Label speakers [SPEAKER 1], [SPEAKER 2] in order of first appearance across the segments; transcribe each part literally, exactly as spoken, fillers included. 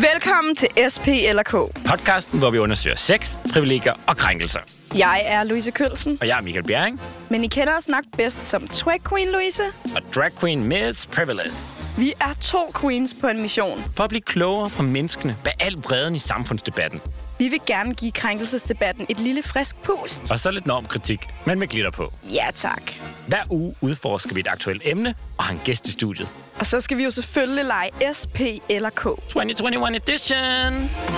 [SPEAKER 1] Velkommen til S P eller K.
[SPEAKER 2] Podcasten, hvor vi undersøger sex, privilegier og krænkelser.
[SPEAKER 1] Jeg er Louise Kølsen.
[SPEAKER 2] Og jeg er Michael Bjerring.
[SPEAKER 1] Men I kender os nok bedst som Twag Queen Louise.
[SPEAKER 2] Og Drag Queen Miss Privilege.
[SPEAKER 1] Vi er to queens på en mission.
[SPEAKER 2] For at blive klogere på menneskene bag al bredden i samfundsdebatten.
[SPEAKER 1] Vi vil gerne give krænkelsesdebatten et lille frisk pust.
[SPEAKER 2] Og så lidt normkritik, men med glitter på.
[SPEAKER 1] Ja, tak.
[SPEAKER 2] Hver uge udforsker vi et aktuelt emne og har en gæst i studiet.
[SPEAKER 1] Og så skal vi jo selvfølgelig lege S P eller K.
[SPEAKER 2] tyve enogtyve edition!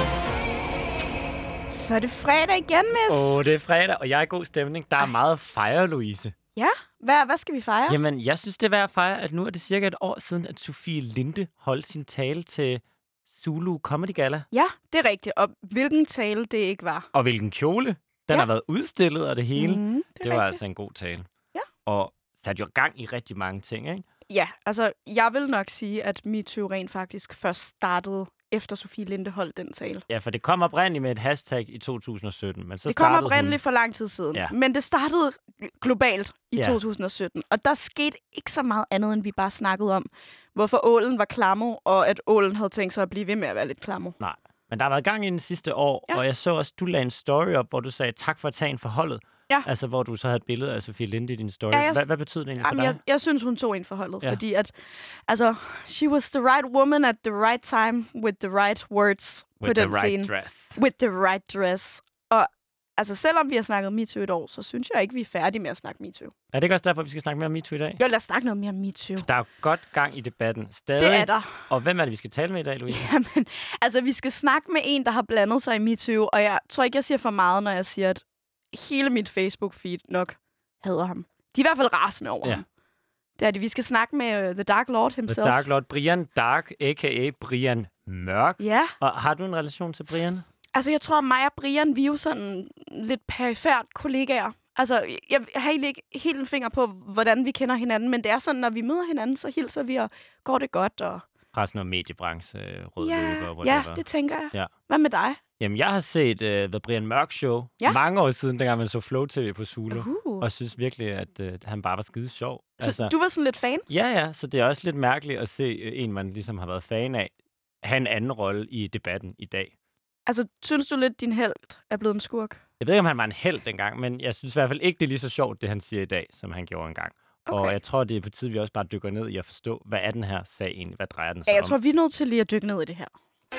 [SPEAKER 1] Så er det fredag igen, Miss.
[SPEAKER 2] Åh, oh, det er fredag, og jeg er i god stemning. Der er Ej. meget at fejre, Louise.
[SPEAKER 1] Ja? Hvad, hvad skal vi fejre?
[SPEAKER 2] Jamen, jeg synes, det er værd at fejre, at nu er det cirka et år siden, at Sofie Linde holdt sin tale til Zulu Comedy Gala.
[SPEAKER 1] Ja, det er rigtigt. Og hvilken tale det ikke var.
[SPEAKER 2] Og hvilken kjole. Den ja. har været udstillet og det hele.
[SPEAKER 1] Mm, det,
[SPEAKER 2] det var
[SPEAKER 1] rigtigt.
[SPEAKER 2] altså en god tale.
[SPEAKER 1] Ja.
[SPEAKER 2] Og satte jo gang i rigtig mange ting, ikke?
[SPEAKER 1] Ja, altså jeg vil nok sige, at MeToo rent faktisk først startede efter Sofie Linde holdt den tale.
[SPEAKER 2] Ja, for det kom oprindeligt med et hashtag i to tusind og sytten. Men så
[SPEAKER 1] det kom
[SPEAKER 2] startede
[SPEAKER 1] oprindeligt
[SPEAKER 2] hun...
[SPEAKER 1] for lang tid siden.
[SPEAKER 2] Ja.
[SPEAKER 1] Men det startede globalt i
[SPEAKER 2] ja.
[SPEAKER 1] to tusind og sytten. Og der skete ikke så meget andet, end vi bare snakkede om, hvorfor ålen var klammer, og at ålen havde tænkt sig at blive ved med at være lidt klammer.
[SPEAKER 2] Nej, men der har været gang i den sidste år, ja. og jeg så også, du lagde en story op, hvor du sagde tak for at tage en forholdet.
[SPEAKER 1] Ja.
[SPEAKER 2] Altså, hvor du så havde et billede af Sofie Linde i din story.
[SPEAKER 1] Ja, jeg...
[SPEAKER 2] Hvad, hvad betyder det egentlig
[SPEAKER 1] Jamen,
[SPEAKER 2] for dig?
[SPEAKER 1] Jeg, jeg synes, hun tog en forholdet,
[SPEAKER 2] ja.
[SPEAKER 1] fordi at, altså, she was the right woman at the right time with the right words
[SPEAKER 2] with
[SPEAKER 1] på den
[SPEAKER 2] the right
[SPEAKER 1] scene.
[SPEAKER 2] Dress.
[SPEAKER 1] With the right dress. Og altså, selvom vi har snakket MeToo et år, så synes jeg ikke, vi er færdige med at snakke MeToo.
[SPEAKER 2] Er det ikke også derfor, vi skal snakke mere om MeToo i dag?
[SPEAKER 1] Jo, lad os snakke noget mere om MeToo.
[SPEAKER 2] Der er jo godt gang i debatten stadig.
[SPEAKER 1] Det er der.
[SPEAKER 2] Og hvem er det, vi skal tale med i dag, Louise?
[SPEAKER 1] Jamen, altså, vi skal snakke med en, der har blandet sig i MeToo, og jeg tror ikke, jeg siger for meget, når jeg siger, at hele mit Facebook-feed nok hader ham. De er i hvert fald rasende over ja. ham. Det er det. Vi skal snakke med uh, The Dark Lord himself.
[SPEAKER 2] The Dark Lord. Brian Dark, a k a. Brian Mørk.
[SPEAKER 1] Ja.
[SPEAKER 2] Og har du en relation til Brian?
[SPEAKER 1] Altså, jeg tror, mig og Brian, vi er jo sådan lidt perifært kollegaer. Altså, jeg har egentlig ikke helt en finger på, hvordan vi kender hinanden, men det er sådan, når vi møder hinanden, så hilser vi, og går det godt, og...
[SPEAKER 2] Pressen og mediebranche, rød
[SPEAKER 1] ja,
[SPEAKER 2] løber, whatever.
[SPEAKER 1] Ja, det tænker jeg.
[SPEAKER 2] Ja.
[SPEAKER 1] Hvad med dig?
[SPEAKER 2] Jamen, jeg har set uh, The Brian Mørk Show ja. mange år siden, dengang man så Flow T V på Zulu. Uh. Og synes virkelig, at uh, han bare var skide sjov.
[SPEAKER 1] Så altså, du var sådan lidt fan?
[SPEAKER 2] Ja, ja. Så det er også lidt mærkeligt at se uh, en, man ligesom har været fan af, have en anden rolle i debatten i dag.
[SPEAKER 1] Altså, synes du lidt, din helt er blevet en skurk?
[SPEAKER 2] Jeg ved ikke, om han var en held dengang, men jeg synes i hvert fald ikke, det er lige så sjovt, det han siger i dag, som han gjorde engang. Okay. Og jeg tror, det er på tide, vi også bare dykker ned i at forstå, hvad er den her sag egentlig? Hvad drejer den sig
[SPEAKER 1] ja, jeg
[SPEAKER 2] om?
[SPEAKER 1] tror, vi er nødt til lige at dykke ned i det her.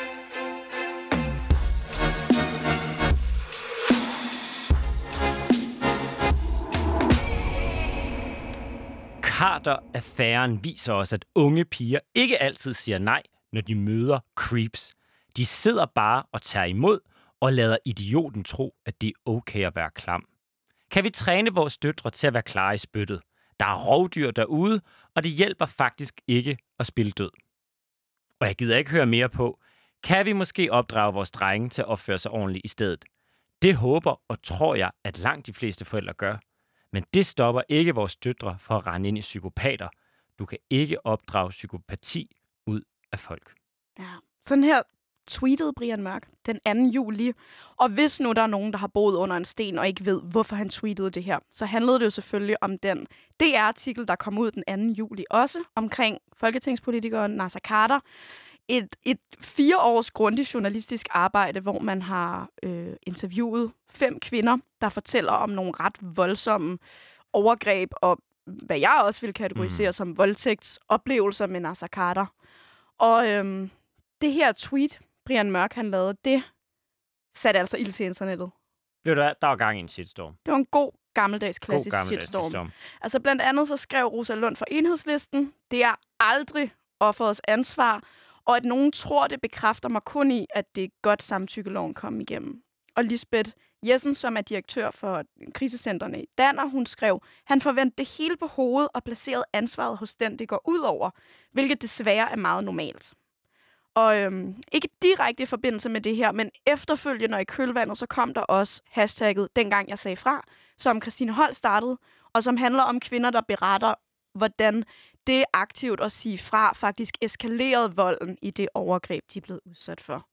[SPEAKER 2] Carter-affæren viser os, at unge piger ikke altid siger nej, når de møder creeps. De sidder bare og tager imod og lader idioten tro, at det er okay at være klam. Kan vi træne vores døtre til at være klare i spyttet? Der er rovdyr derude, og det hjælper faktisk ikke at spille død. Og jeg gider ikke høre mere på, kan vi måske opdrage vores drenge til at opføre sig ordentligt i stedet? Det håber og tror jeg, at langt de fleste forældre gør. Men det stopper ikke vores døtre for at rende ind i psykopater. Du kan ikke opdrage psykopati ud af folk.
[SPEAKER 1] Ja, sådan her tweetede Brian Mørk den anden juli. Og hvis nu der er nogen, der har boet under en sten og ikke ved, hvorfor han tweetede det her, så handlede det jo selvfølgelig om den D R-artikel, der kom ud den anden juli også, omkring folketingspolitikeren Naser Khader. Et, et fire års grundigt journalistisk arbejde, hvor man har øh, interviewet fem kvinder, der fortæller om nogle ret voldsomme overgreb, og hvad jeg også vil kategorisere mm. som voldtægtsoplevelser med Naser Khader. Og øhm, det her tweet, Brian Mørk han lavede, det satte altså ild til internettet.
[SPEAKER 2] Ved du hvad, der var gang i en shitstorm.
[SPEAKER 1] Det var en god gammeldags klassisk
[SPEAKER 2] god gammeldags
[SPEAKER 1] shitstorm.
[SPEAKER 2] shitstorm.
[SPEAKER 1] Altså blandt andet så skrev Rosa Lund fra Enhedslisten, det er aldrig offerets ansvar, og at nogen tror, det bekræfter mig kun i, at det er godt samtykkeloven kom igennem. Og Lisbeth Jessen, som er direktør for krisecentrene i Danner, hun skrev, han forventede det hele på hovedet og placerede ansvaret hos den, det går ud over, hvilket desværre er meget normalt. Og øhm, ikke direkte i forbindelse med det her, men efterfølgende og i kølvandet, så kom der også hashtagget dengang jeg sagde fra, som Christine Holt startede, og som handler om kvinder, der beretter, hvordan det aktivt at sige fra faktisk eskalerede volden i det overgreb, de blev udsat for.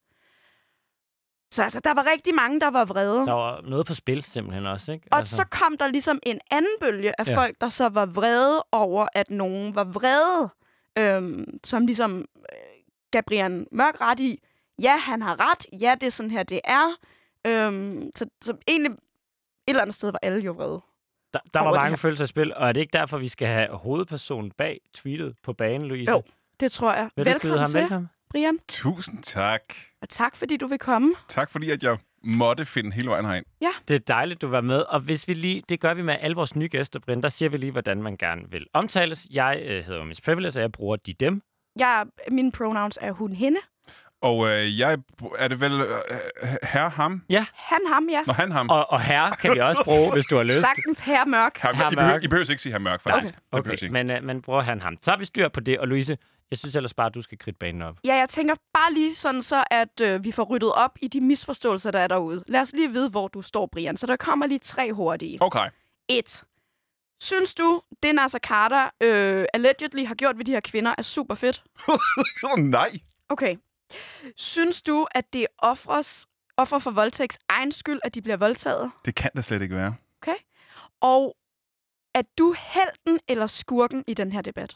[SPEAKER 1] Så altså, der var rigtig mange, der var vrede.
[SPEAKER 2] Der var noget på spil simpelthen også, ikke?
[SPEAKER 1] Og
[SPEAKER 2] altså.
[SPEAKER 1] så kom der ligesom en anden bølge af
[SPEAKER 2] ja.
[SPEAKER 1] folk, der så var vrede over, at nogen var vrede, øhm, som ligesom øh, Gabriel Mørk ret i. ja, han har ret. Ja, det er sådan her, det er. Øhm, så, så egentlig et eller andet sted var alle jo vrede.
[SPEAKER 2] Der, der var mange følelser i spil, og er det ikke derfor, vi skal have hovedpersonen bag tweetet på banen, Louise?
[SPEAKER 1] Jo, det tror jeg.
[SPEAKER 2] Vil
[SPEAKER 1] velkommen
[SPEAKER 2] ham
[SPEAKER 1] til,
[SPEAKER 2] velkommen?
[SPEAKER 1] Brian.
[SPEAKER 3] Tusind tak.
[SPEAKER 1] Og tak, fordi du vil komme.
[SPEAKER 3] Tak, fordi at jeg måtte finde hele vejen herind.
[SPEAKER 1] Ja.
[SPEAKER 2] Det er dejligt, du var med. Og hvis vi lige, det gør vi med alle vores nye gæster, Brian, der siger vi lige, hvordan man gerne vil omtales. Jeg øh, hedder Miss Privilege, og jeg bruger de dem.
[SPEAKER 1] Jeg, mine pronouns er hun, hende.
[SPEAKER 3] Og øh, jeg er det vel øh, herre ham?
[SPEAKER 2] Ja.
[SPEAKER 1] Han, ham, ja.
[SPEAKER 3] Nå, han ham.
[SPEAKER 2] Og, og herre kan vi også bruge, hvis du har lyst.
[SPEAKER 1] Sagtens herre mørk.
[SPEAKER 3] Herre,
[SPEAKER 2] Herre
[SPEAKER 3] I, behøver,
[SPEAKER 2] Mørk.
[SPEAKER 3] I behøver ikke sige herre mørk, faktisk.
[SPEAKER 2] Okay,
[SPEAKER 3] Det behøver I
[SPEAKER 2] okay. men øh, man bruger han ham. Så har vi styr på det, og Louise, jeg synes ellers bare, at du skal kridte banen op.
[SPEAKER 1] Ja, jeg tænker bare lige sådan så, at øh, vi får ryddet op i de misforståelser, der er derude. Lad os lige vide, hvor du står, Brian. Så der kommer lige tre hurtige.
[SPEAKER 3] Okay.
[SPEAKER 1] Et. Synes du, det Nasser Carter øh, allegedly har gjort ved de her kvinder, er super fedt?
[SPEAKER 3] oh, nej.
[SPEAKER 1] Okay. Synes du, at det er offres, offer for voldtægts egen skyld, at de bliver voldtaget?
[SPEAKER 3] Det kan det slet ikke være.
[SPEAKER 1] Okay. Og er du helten eller skurken i den her debat?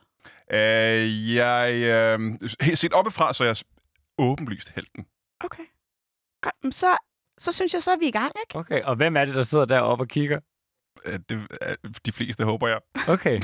[SPEAKER 3] Uh, jeg øh, helt set oppefra, så er jeg åbenlyst helten.
[SPEAKER 1] Okay. Godt, men så, så synes jeg, så er vi i gang, ikke?
[SPEAKER 2] Okay, og hvem er det, der sidder deroppe og kigger?
[SPEAKER 3] Uh, det, uh, de fleste, håber jeg.
[SPEAKER 2] Okay.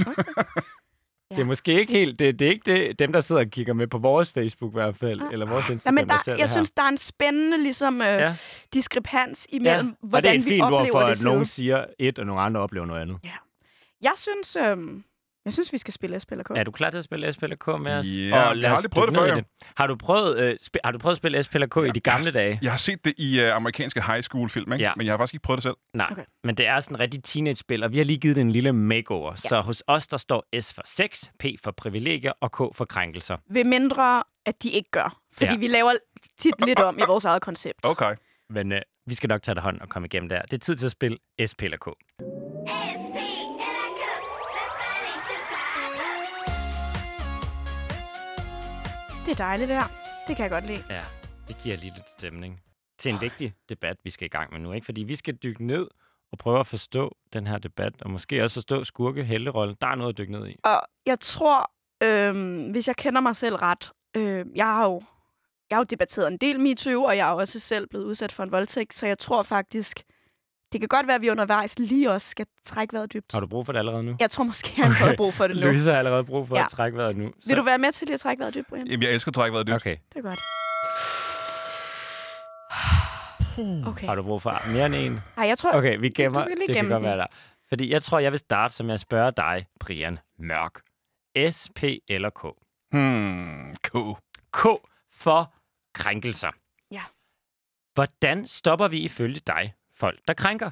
[SPEAKER 2] Det er måske ikke helt, det, det er ikke det, dem, der sidder og kigger med på vores Facebook i hvert fald,
[SPEAKER 1] Ah.
[SPEAKER 2] eller vores
[SPEAKER 1] Ja,
[SPEAKER 2] Instagram,
[SPEAKER 1] men der,
[SPEAKER 2] der ser
[SPEAKER 1] jeg
[SPEAKER 2] det
[SPEAKER 1] synes, der er en spændende ligesom, øh,
[SPEAKER 2] Ja.
[SPEAKER 1] diskrepans imellem,
[SPEAKER 2] ja.
[SPEAKER 1] hvordan
[SPEAKER 2] og det er en
[SPEAKER 1] vi
[SPEAKER 2] fin
[SPEAKER 1] oplever
[SPEAKER 2] ord for,
[SPEAKER 1] det
[SPEAKER 2] at
[SPEAKER 1] side.
[SPEAKER 2] nogen siger et, og nogle andre oplever noget andet.
[SPEAKER 1] Jeg synes, øh, jeg synes, vi skal spille S P L K.
[SPEAKER 2] Er du klar til at spille S P L K med os?
[SPEAKER 3] Ja,
[SPEAKER 2] og
[SPEAKER 3] jeg har aldrig prøvet det før, jo.
[SPEAKER 2] Har du prøvet, øh, sp- har du prøvet at spille S P L K ja, i de gamle
[SPEAKER 3] jeg,
[SPEAKER 2] dage?
[SPEAKER 3] Jeg har set det i uh, amerikanske high school film, ikke?
[SPEAKER 2] Ja.
[SPEAKER 3] Men jeg har faktisk ikke prøvet det selv.
[SPEAKER 2] Nej,
[SPEAKER 1] Okay.
[SPEAKER 2] men det er sådan en rigtig teenage-spil, og vi har lige givet det en lille makeover. Ja. Så hos os, der står S for sex, P for privilegier og K for krænkelser.
[SPEAKER 1] Ved mindre, at de ikke gør. Fordi
[SPEAKER 2] Ja.
[SPEAKER 1] vi laver tit lidt om i vores eget koncept.
[SPEAKER 3] Okay.
[SPEAKER 2] Men øh, vi skal nok tage det hånd og komme igennem der. Det er tid til at spille S P L K.
[SPEAKER 1] Det er dejligt, det her. Det kan jeg godt lide.
[SPEAKER 2] Ja, det giver lige lidt stemning til en vigtig debat, vi skal i gang med nu. Ikke? Fordi vi skal dykke ned og prøve at forstå den her debat, og måske også forstå skurke-helterollen. Der er noget at dykke ned i.
[SPEAKER 1] Og jeg tror, øh, hvis jeg kender mig selv ret, øh, jeg har jo jeg har jo debatteret en del MeToo, og jeg er også selv blevet udsat for en voldtægt, så jeg tror faktisk, det kan godt være, at vi undervejs lige også skal trække vejret dybt.
[SPEAKER 2] Har du brug for det allerede nu?
[SPEAKER 1] Jeg tror måske, jeg har okay. brug for det nu.
[SPEAKER 2] Louise har allerede brug for
[SPEAKER 1] Ja.
[SPEAKER 2] at trække vejret nu. Så...
[SPEAKER 1] Vil du være med til lige at trække vejret dybt, Brian?
[SPEAKER 3] Jamen, jeg elsker at trække vejret dybt.
[SPEAKER 2] Okay.
[SPEAKER 1] Det er godt. Okay.
[SPEAKER 2] Har du brug for mere end en?
[SPEAKER 1] Ej, jeg tror...
[SPEAKER 2] Okay, vi gemmer.
[SPEAKER 1] Du kan lige
[SPEAKER 2] Det kan
[SPEAKER 1] gemme
[SPEAKER 2] godt
[SPEAKER 1] den.
[SPEAKER 2] være der. Fordi jeg tror, jeg vil starte, som jeg spørger dig, Brian Mørk. S, P eller K?
[SPEAKER 3] Hmm, K.
[SPEAKER 2] K for krænkelser.
[SPEAKER 1] Ja.
[SPEAKER 2] Hvordan stopper vi ifølge dig folk, der krænker?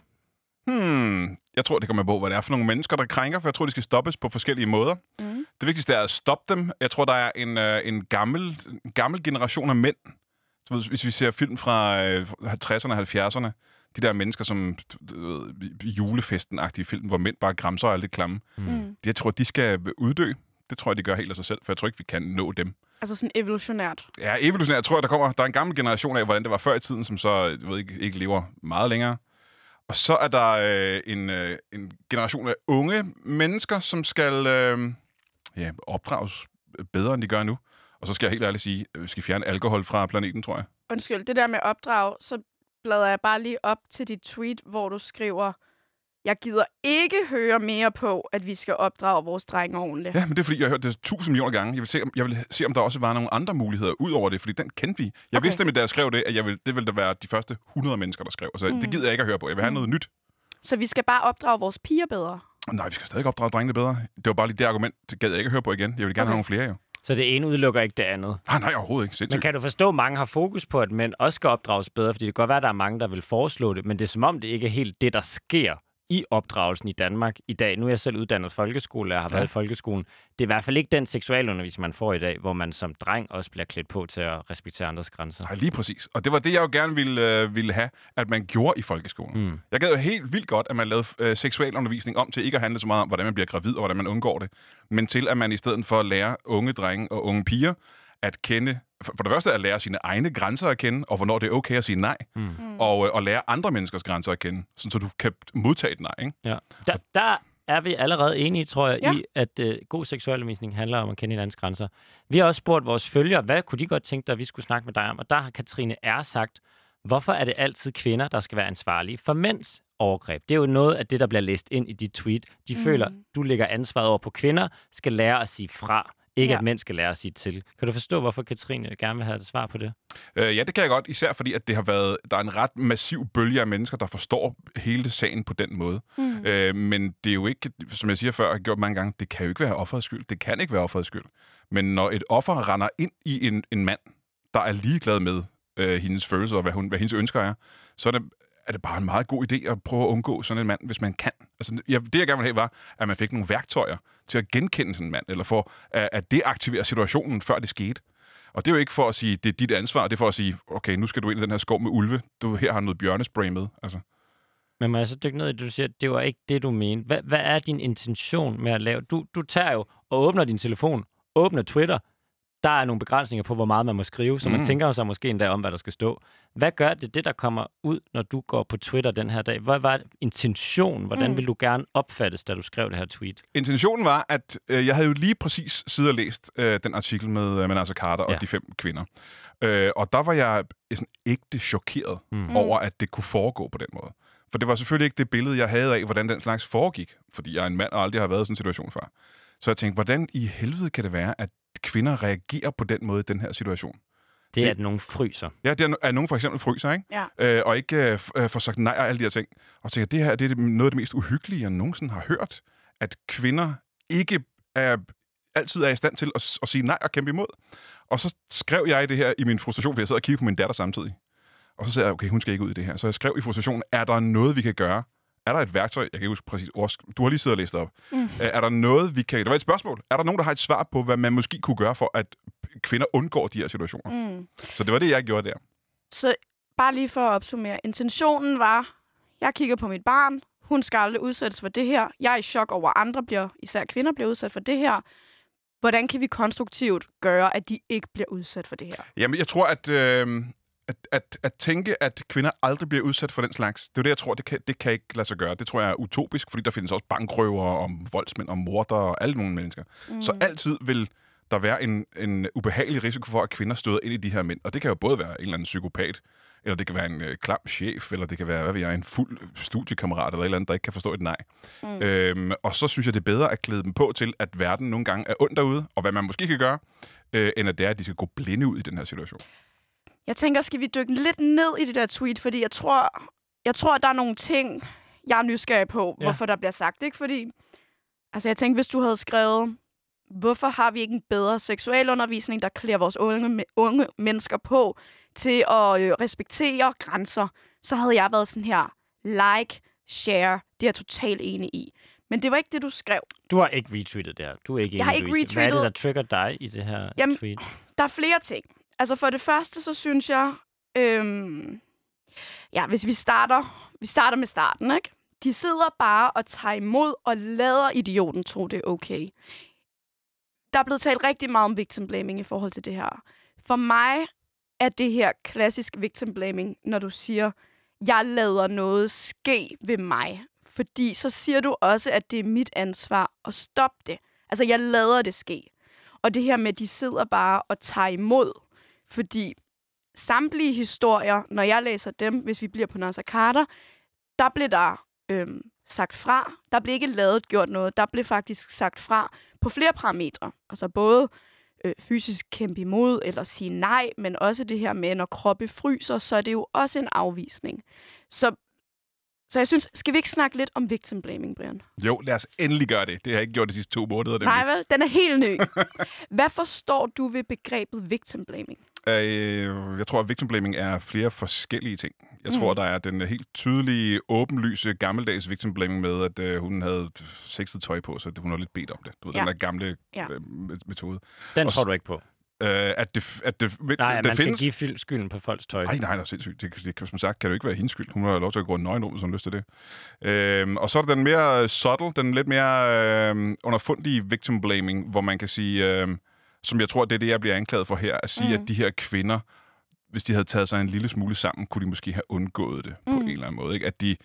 [SPEAKER 3] Hmm, jeg tror, det kommer på, hvad det er for nogle mennesker, der krænker, for jeg tror, de skal stoppes på forskellige måder.
[SPEAKER 1] Mm.
[SPEAKER 3] Det vigtigste er at stoppe dem. Jeg tror, der er en, øh, en, gammel, en gammel generation af mænd. Så hvis- hvis vi ser film fra øh, halvtredserne og halvfjerdserne, de der mennesker, som du ved, julefesten-agtige film, hvor mænd bare gramser og er lidt klamme.
[SPEAKER 1] Mm.
[SPEAKER 3] Jeg tror, de skal uddø. Det tror jeg, de gør helt af sig selv, for jeg tror ikke, vi kan nå dem.
[SPEAKER 1] Altså sådan evolutionært.
[SPEAKER 3] Ja, evolutionært tror jeg, der kommer. Der er en gammel generation af, hvordan det var før i tiden, som så jeg ved ikke, ikke lever meget længere. Og så er der øh, en, øh, en generation af unge mennesker, som skal øh, ja, opdrages bedre, end de gør nu. Og så skal jeg helt ærligt sige, at vi skal fjerne alkohol fra planeten, tror jeg.
[SPEAKER 1] Undskyld, det der med opdrag, så bladrer jeg bare lige op til dit tweet, hvor du skriver, jeg gider ikke høre mere på, at vi skal opdrage vores drenge ordentligt.
[SPEAKER 3] Ja, men det er fordi, jeg har hørt det tusind millioner gange. Jeg vil se, om, jeg vil se, om der også var nogle andre muligheder ud over det, fordi den kendte vi. Jeg
[SPEAKER 1] Okay.
[SPEAKER 3] vidste nemlig, da jeg skrev det, at jeg vil, det ville der være de første hundrede mennesker, der skrev. Så
[SPEAKER 1] Mm.
[SPEAKER 3] det gider jeg ikke at høre på. Jeg vil have
[SPEAKER 1] Mm.
[SPEAKER 3] noget nyt.
[SPEAKER 1] Så vi skal bare opdrage vores piger bedre.
[SPEAKER 3] Nej, vi skal stadig opdrage drengene bedre. Det var bare lige det argument, det gad jeg ikke at høre på igen. Jeg vil gerne
[SPEAKER 1] Okay.
[SPEAKER 3] have nogle flere, jo.
[SPEAKER 2] Så det ene udelukker ikke det andet.
[SPEAKER 3] Ah, nej, overhovedet ikke.
[SPEAKER 2] Men
[SPEAKER 3] Sindssygt.
[SPEAKER 2] kan du forstå, at mange har fokus på, at mænd også skal opdrages bedre? Fordi det kan godt være, at der er mange, der vil foreslå det, men det er som om, det ikke er helt det, der sker i opdragelsen i Danmark i dag. Nu er jeg selv uddannet folkeskolelærer og har
[SPEAKER 3] Ja.
[SPEAKER 2] været i folkeskolen. Det er i hvert fald ikke den seksualundervisning, man får i dag, hvor man som dreng også bliver klædt på til at respektere andres grænser.
[SPEAKER 3] Nej, lige præcis. Og det var det, jeg jo gerne ville, øh, ville have, at man gjorde i folkeskolen.
[SPEAKER 2] Mm.
[SPEAKER 3] Jeg gad jo helt vildt godt, at man lavede øh, seksualundervisning om til ikke at handle så meget om, hvordan man bliver gravid og hvordan man undgår det, men til, at man i stedet for at lære unge drenge og unge piger at kende, for for det første at lære sine egne grænser at kende, og hvornår det er okay at sige nej,
[SPEAKER 2] Mm.
[SPEAKER 1] Mm.
[SPEAKER 3] og, øh, og lære andre menneskers grænser at kende, sådan, så du kan modtage et nej, ikke?
[SPEAKER 2] Ja. Der, der er vi allerede enige, tror jeg,
[SPEAKER 1] Ja.
[SPEAKER 2] i, at øh, god seksualundervisning handler om at kende hinandens grænser. Vi har også spurgt vores følgere, hvad kunne de godt tænke dig, at vi skulle snakke med dig om? Og der har Katrine R. sagt, hvorfor er det altid kvinder, der skal være ansvarlige for mænds overgreb? Det er jo noget af det, der bliver læst ind i dit tweet. De mm. føler, du lægger ansvaret over på kvinder, skal lære at sige fra. Ikke ja. At mænd skal lære at sige til. Kan du forstå, hvorfor Katrine gerne vil have et svar på det?
[SPEAKER 3] Øh, ja, det kan jeg godt. Især fordi, at det har været, der er en ret massiv bølge af mennesker, der forstår hele sagen på den måde. Mm. Øh, men det er jo ikke, som jeg siger før, jeg har gjort mange gange, det kan jo ikke være offerets skyld. Det kan ikke være offerets skyld. Men når et offer render ind i en, en mand, der er ligeglad med øh, hendes følelser og hvad, hun, hvad hendes ønsker er, så er det, er det bare en meget god idé at prøve at undgå sådan en mand, hvis man kan. Altså, jeg, det, jeg gerne ville have, var, at man fik nogle værktøjer til at genkende sådan en mand, eller for at, at deaktivere situationen, før det skete. Og det er jo ikke for at sige, det er dit ansvar, det er for at sige, okay, nu skal du ind i den her skov med ulve, du her har noget bjørnespray med. Altså.
[SPEAKER 2] Men må jeg så dykke ned i, du siger, at det var ikke det, du mente. Hvad, hvad er din intention med at lave? Du, du tager jo og åbner din telefon, åbner Twitter. Der er nogle begrænsninger på, hvor meget man må skrive, så mm. man tænker sig måske endda om, hvad der skal stå. Hvad gør det, det der kommer ud, når du går på Twitter den her dag? Hvad var intentionen? Hvordan mm. vil du gerne opfattes, da du skrev det her tweet?
[SPEAKER 3] Intentionen var, at øh, jeg havde jo lige præcis siddet og læst øh, den artikel med, med Naser Khader og
[SPEAKER 2] ja.
[SPEAKER 3] de fem kvinder. Øh, og der var jeg sådan ægte chokeret mm. over, at det kunne foregå på den måde. For det var selvfølgelig ikke det billede, jeg havde af, hvordan den slags foregik. Fordi jeg er en mand og aldrig har været i sådan en situation før. Så jeg tænkte, hvordan i helvede kan det være, at kvinder reagerer på den måde i den her situation?
[SPEAKER 2] Det er, at nogen fryser.
[SPEAKER 3] Ja, det er, at nogen for eksempel fryser, ikke?
[SPEAKER 1] Ja.
[SPEAKER 3] Øh, og ikke øh, får sagt nej og alle de her ting. Og tænker, det her det er noget af det mest uhyggelige, jeg nogensinde har hørt. At kvinder ikke er, altid er i stand til at, at sige nej og kæmpe imod. Og så skrev jeg det her i min frustration, for jeg sad og kiggede på min datter samtidig. Og så sagde jeg, okay, hun skal ikke ud i det her. Så jeg skrev i frustrationen, er der noget, vi kan gøre? Er der et værktøj? Jeg kan ikke huske præcis ord. Du har lige siddet og læst op. Mm. Er der noget, vi kan... Det var et spørgsmål. Er der nogen, der har et svar på, hvad man måske kunne gøre for, at kvinder undgår de her situationer? Mm. Så det var det, jeg gjorde der.
[SPEAKER 1] Så bare lige for at opsummere. Intentionen var, jeg kigger på mit barn. Hun skal aldrig udsættes for det her. Jeg er i chok over, at andre bliver, især kvinder, bliver udsat for det her. Hvordan kan vi konstruktivt gøre, at de ikke bliver udsat for det her?
[SPEAKER 3] Jamen, jeg tror, at... Øh... At, at, at tænke, at kvinder aldrig bliver udsat for den slags, det er det, jeg tror, det kan, det kan ikke lade sig gøre. Det tror jeg er utopisk, fordi der findes også bankrøver, om voldsmænd, om mordere og alle nogle mennesker. Mm. Så altid vil der være en, en ubehagelig risiko for, at kvinder støder ind i de her mænd. Og det kan jo både være en eller anden psykopat, eller det kan være en øh, klam chef, eller det kan være, hvad ved jeg, en fuld studiekammerat, eller et eller andet, der ikke kan forstå et nej. Mm. Øhm, og så synes jeg, det er bedre at klæde dem på til, at verden nogle gange er ond derude, og hvad man måske kan gøre, øh, end at det er, at de skal gå blinde ud i den her situation.
[SPEAKER 1] Jeg tænker, skal vi dykke lidt ned i det der tweet, fordi jeg tror, jeg tror, at der er nogle ting, jeg er nysgerrig på, ja. Hvorfor der bliver sagt. Ikke? Fordi, altså jeg tænker, hvis du havde skrevet, hvorfor har vi ikke en bedre seksualundervisning, der klæder vores unge, unge mennesker på til at øh, respektere grænser, så havde jeg været sådan her, like, share, det er jeg totalt enig i. Men det var ikke det, du skrev.
[SPEAKER 2] Du har ikke retweetet det her. Du er ikke
[SPEAKER 1] jeg
[SPEAKER 2] enig,
[SPEAKER 1] har ikke
[SPEAKER 2] Louise.
[SPEAKER 1] retweetet.
[SPEAKER 2] Hvad er det, der trigger dig i det her
[SPEAKER 1] Jamen,
[SPEAKER 2] tweet?
[SPEAKER 1] Der er flere ting. Altså for det første, så synes jeg, øhm, ja, hvis vi starter, vi starter med starten, ikke? De sidder bare og tager imod og lader idioten tro, det er okay. Der er blevet talt rigtig meget om victim blaming i forhold til det her. For mig er det her klassisk victim blaming, når du siger, jeg lader noget ske ved mig. Fordi så siger du også, at det er mit ansvar at stoppe det. Altså, jeg lader det ske. Og det her med, at de sidder bare og tager imod. Fordi samtlige historier, når jeg læser dem, hvis vi bliver på Naser Khader, der blev der øhm, sagt fra. Der blev ikke lavet gjort noget. Der blev faktisk sagt fra på flere parametre. Altså både øh, fysisk kæmpe imod eller sige nej, men også det her med, når kroppe fryser, så er det jo også en afvisning. Så, så jeg synes, skal vi ikke snakke lidt om victim blaming, Brian?
[SPEAKER 3] Jo, lad os endelig gøre det. Det har jeg ikke gjort de sidste to måneder. Nemlig.
[SPEAKER 1] Nej vel, den er helt ny. Hvad forstår du ved begrebet victim blaming?
[SPEAKER 3] Øh, jeg tror, at victim blaming er flere forskellige ting. Jeg tror, mm. der er den helt tydelige, åbenlyse, gammeldags victim blaming med, at øh, hun havde sexet tøj på, så hun var lidt bedt om det. Du ved, ja. Den der gamle ja. øh, metode.
[SPEAKER 2] Den
[SPEAKER 3] og
[SPEAKER 2] tror du ikke på?
[SPEAKER 3] Øh, at det, at det,
[SPEAKER 2] nej,
[SPEAKER 3] det,
[SPEAKER 2] man
[SPEAKER 3] findes...
[SPEAKER 2] skal give skylden på folks tøj.
[SPEAKER 3] Nej, nej, det er sindssygt. Det, det, som sagt, kan det ikke være hendes skyld. Hun har lov til at gå nøgen om, hvis hun har lyst til det. Øh, og så er der den mere subtle, den lidt mere øh, underfundige victim blaming, hvor man kan sige... Øh, som jeg tror, det er det, jeg bliver anklaget for her, at sige, mm. at de her kvinder hvis de havde taget sig en lille smule sammen, kunne de måske have undgået det mm. på en eller anden måde. Ikke? At de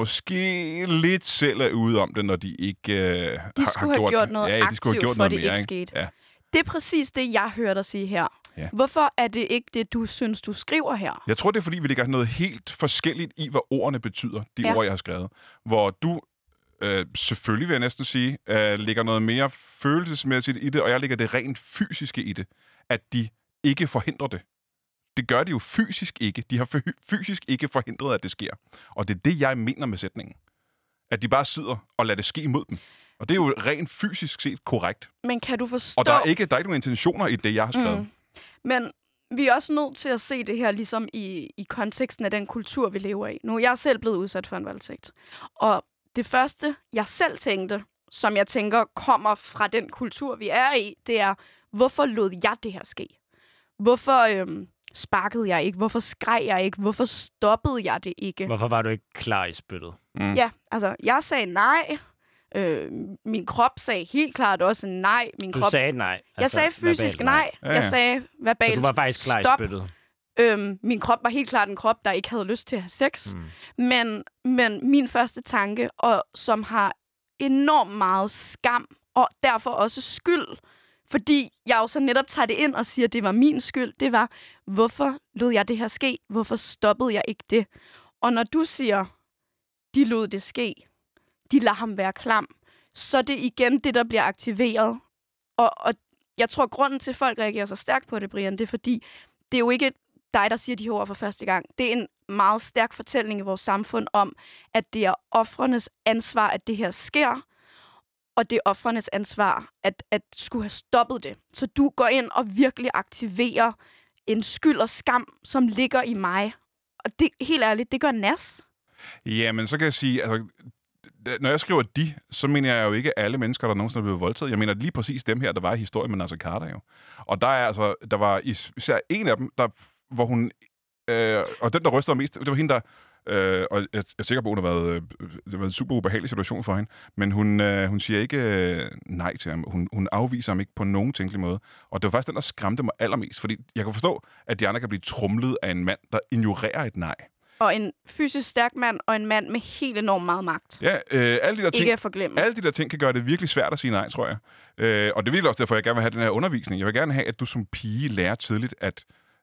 [SPEAKER 3] måske lidt selv er ude om det, når de ikke øh,
[SPEAKER 1] de
[SPEAKER 3] har, har
[SPEAKER 1] skulle have
[SPEAKER 3] gjort,
[SPEAKER 1] gjort noget
[SPEAKER 3] ja,
[SPEAKER 1] aktivt,
[SPEAKER 3] de skulle have gjort
[SPEAKER 1] for
[SPEAKER 3] noget
[SPEAKER 1] det
[SPEAKER 3] mere,
[SPEAKER 1] ikke
[SPEAKER 3] ikke?
[SPEAKER 1] skete.
[SPEAKER 3] Ja.
[SPEAKER 1] Det er præcis det, jeg hørte dig sige her.
[SPEAKER 3] Ja.
[SPEAKER 1] Hvorfor er det ikke det, du synes, du skriver her?
[SPEAKER 3] Jeg tror, det er, fordi vi lægger noget helt forskelligt i, hvad ordene betyder, de
[SPEAKER 1] ja.
[SPEAKER 3] ord, jeg har skrevet. Hvor du, øh, selvfølgelig vil jeg næsten sige, øh, lægger noget mere følelsesmæssigt i det, og jeg lægger det rent fysiske i det. At de ikke forhindrer det. Det gør de jo fysisk ikke. De har fysisk ikke forhindret, at det sker. Og det er det, jeg mener med sætningen. At de bare sidder og lader det ske imod dem. Og det er jo rent fysisk set korrekt.
[SPEAKER 1] Men kan du forstå...
[SPEAKER 3] Og der er ikke, der er ikke nogen intentioner i det, jeg har skrevet. Mm.
[SPEAKER 1] Men vi er også nødt til at se det her ligesom i, i konteksten af den kultur, vi lever i. Nu er jeg selv blevet udsat for en voldtægt. Og det første, jeg selv tænkte, som jeg tænker kommer fra den kultur, vi er i, det er, hvorfor lod jeg det her ske? Hvorfor øhm, sparkede jeg ikke? Hvorfor skreg jeg ikke? Hvorfor stoppede jeg det ikke?
[SPEAKER 2] Hvorfor var du ikke klar i spyttet?
[SPEAKER 3] Mm.
[SPEAKER 1] Ja, altså, jeg sagde nej. Øh, min krop sagde helt klart også nej. Min
[SPEAKER 2] du
[SPEAKER 1] krop...
[SPEAKER 2] sagde nej. Altså,
[SPEAKER 1] jeg sagde fysisk nej. nej.
[SPEAKER 3] Ja, ja.
[SPEAKER 1] Jeg sagde verbalt
[SPEAKER 2] så du var faktisk klar
[SPEAKER 1] stop.
[SPEAKER 2] i spyttet?
[SPEAKER 1] Øhm, min krop var helt klart en krop, der ikke havde lyst til at have sex. Mm. Men, men min første tanke, og som har enormt meget skam, og derfor også skyld, fordi jeg jo så netop tager det ind og siger, at det var min skyld, det var, hvorfor lod jeg det her ske? Hvorfor stoppede jeg ikke det? Og når du siger, de lod det ske, de lader ham være klam, så det er igen det, der bliver aktiveret. Og, og jeg tror, grunden til, at folk reagerer så stærkt på det, Brian, det er fordi, det er jo ikke dig, der siger de her ord for første gang. Det er en meget stærk fortælling i vores samfund om, at det er ofrenes ansvar, at det her sker, og det er ofrenes ansvar, at, at skulle have stoppet det. Så du går ind og virkelig aktiverer en skyld og skam, som ligger i mig. Og det, helt ærligt, det gør nas.
[SPEAKER 3] Ja, men så kan jeg sige, altså, når jeg skriver de, så mener jeg jo ikke alle mennesker, der nogensinde er blevet voldtaget. Jeg mener lige præcis dem her, der var i historien med Naser Khader jo. Og der er altså, der var især en af dem, der, hvor hun, øh, og den, der ryster mest, det var hende, der, øh, og jeg er sikker på, at hun har været, øh, det har været en super ubehagelig situation for hende, men hun, øh, hun siger ikke øh, nej til ham. Hun, hun afviser ham ikke på nogen tænkelig måde. Og det var faktisk den, der skræmte mig allermest, fordi jeg kan forstå, at de andre kan blive tromlet af en mand, der ignorerer et nej.
[SPEAKER 1] Og en fysisk stærk mand, og en mand med helt enormt meget magt.
[SPEAKER 3] Ja, øh, alle de der ting,
[SPEAKER 1] ikke at forglemme.
[SPEAKER 3] Alle de der ting kan gøre det virkelig svært at sige nej, tror jeg. Øh, og det er virkelig også derfor, jeg gerne vil have den her undervisning. Jeg vil gerne have, at du som pige lærer tidligt, at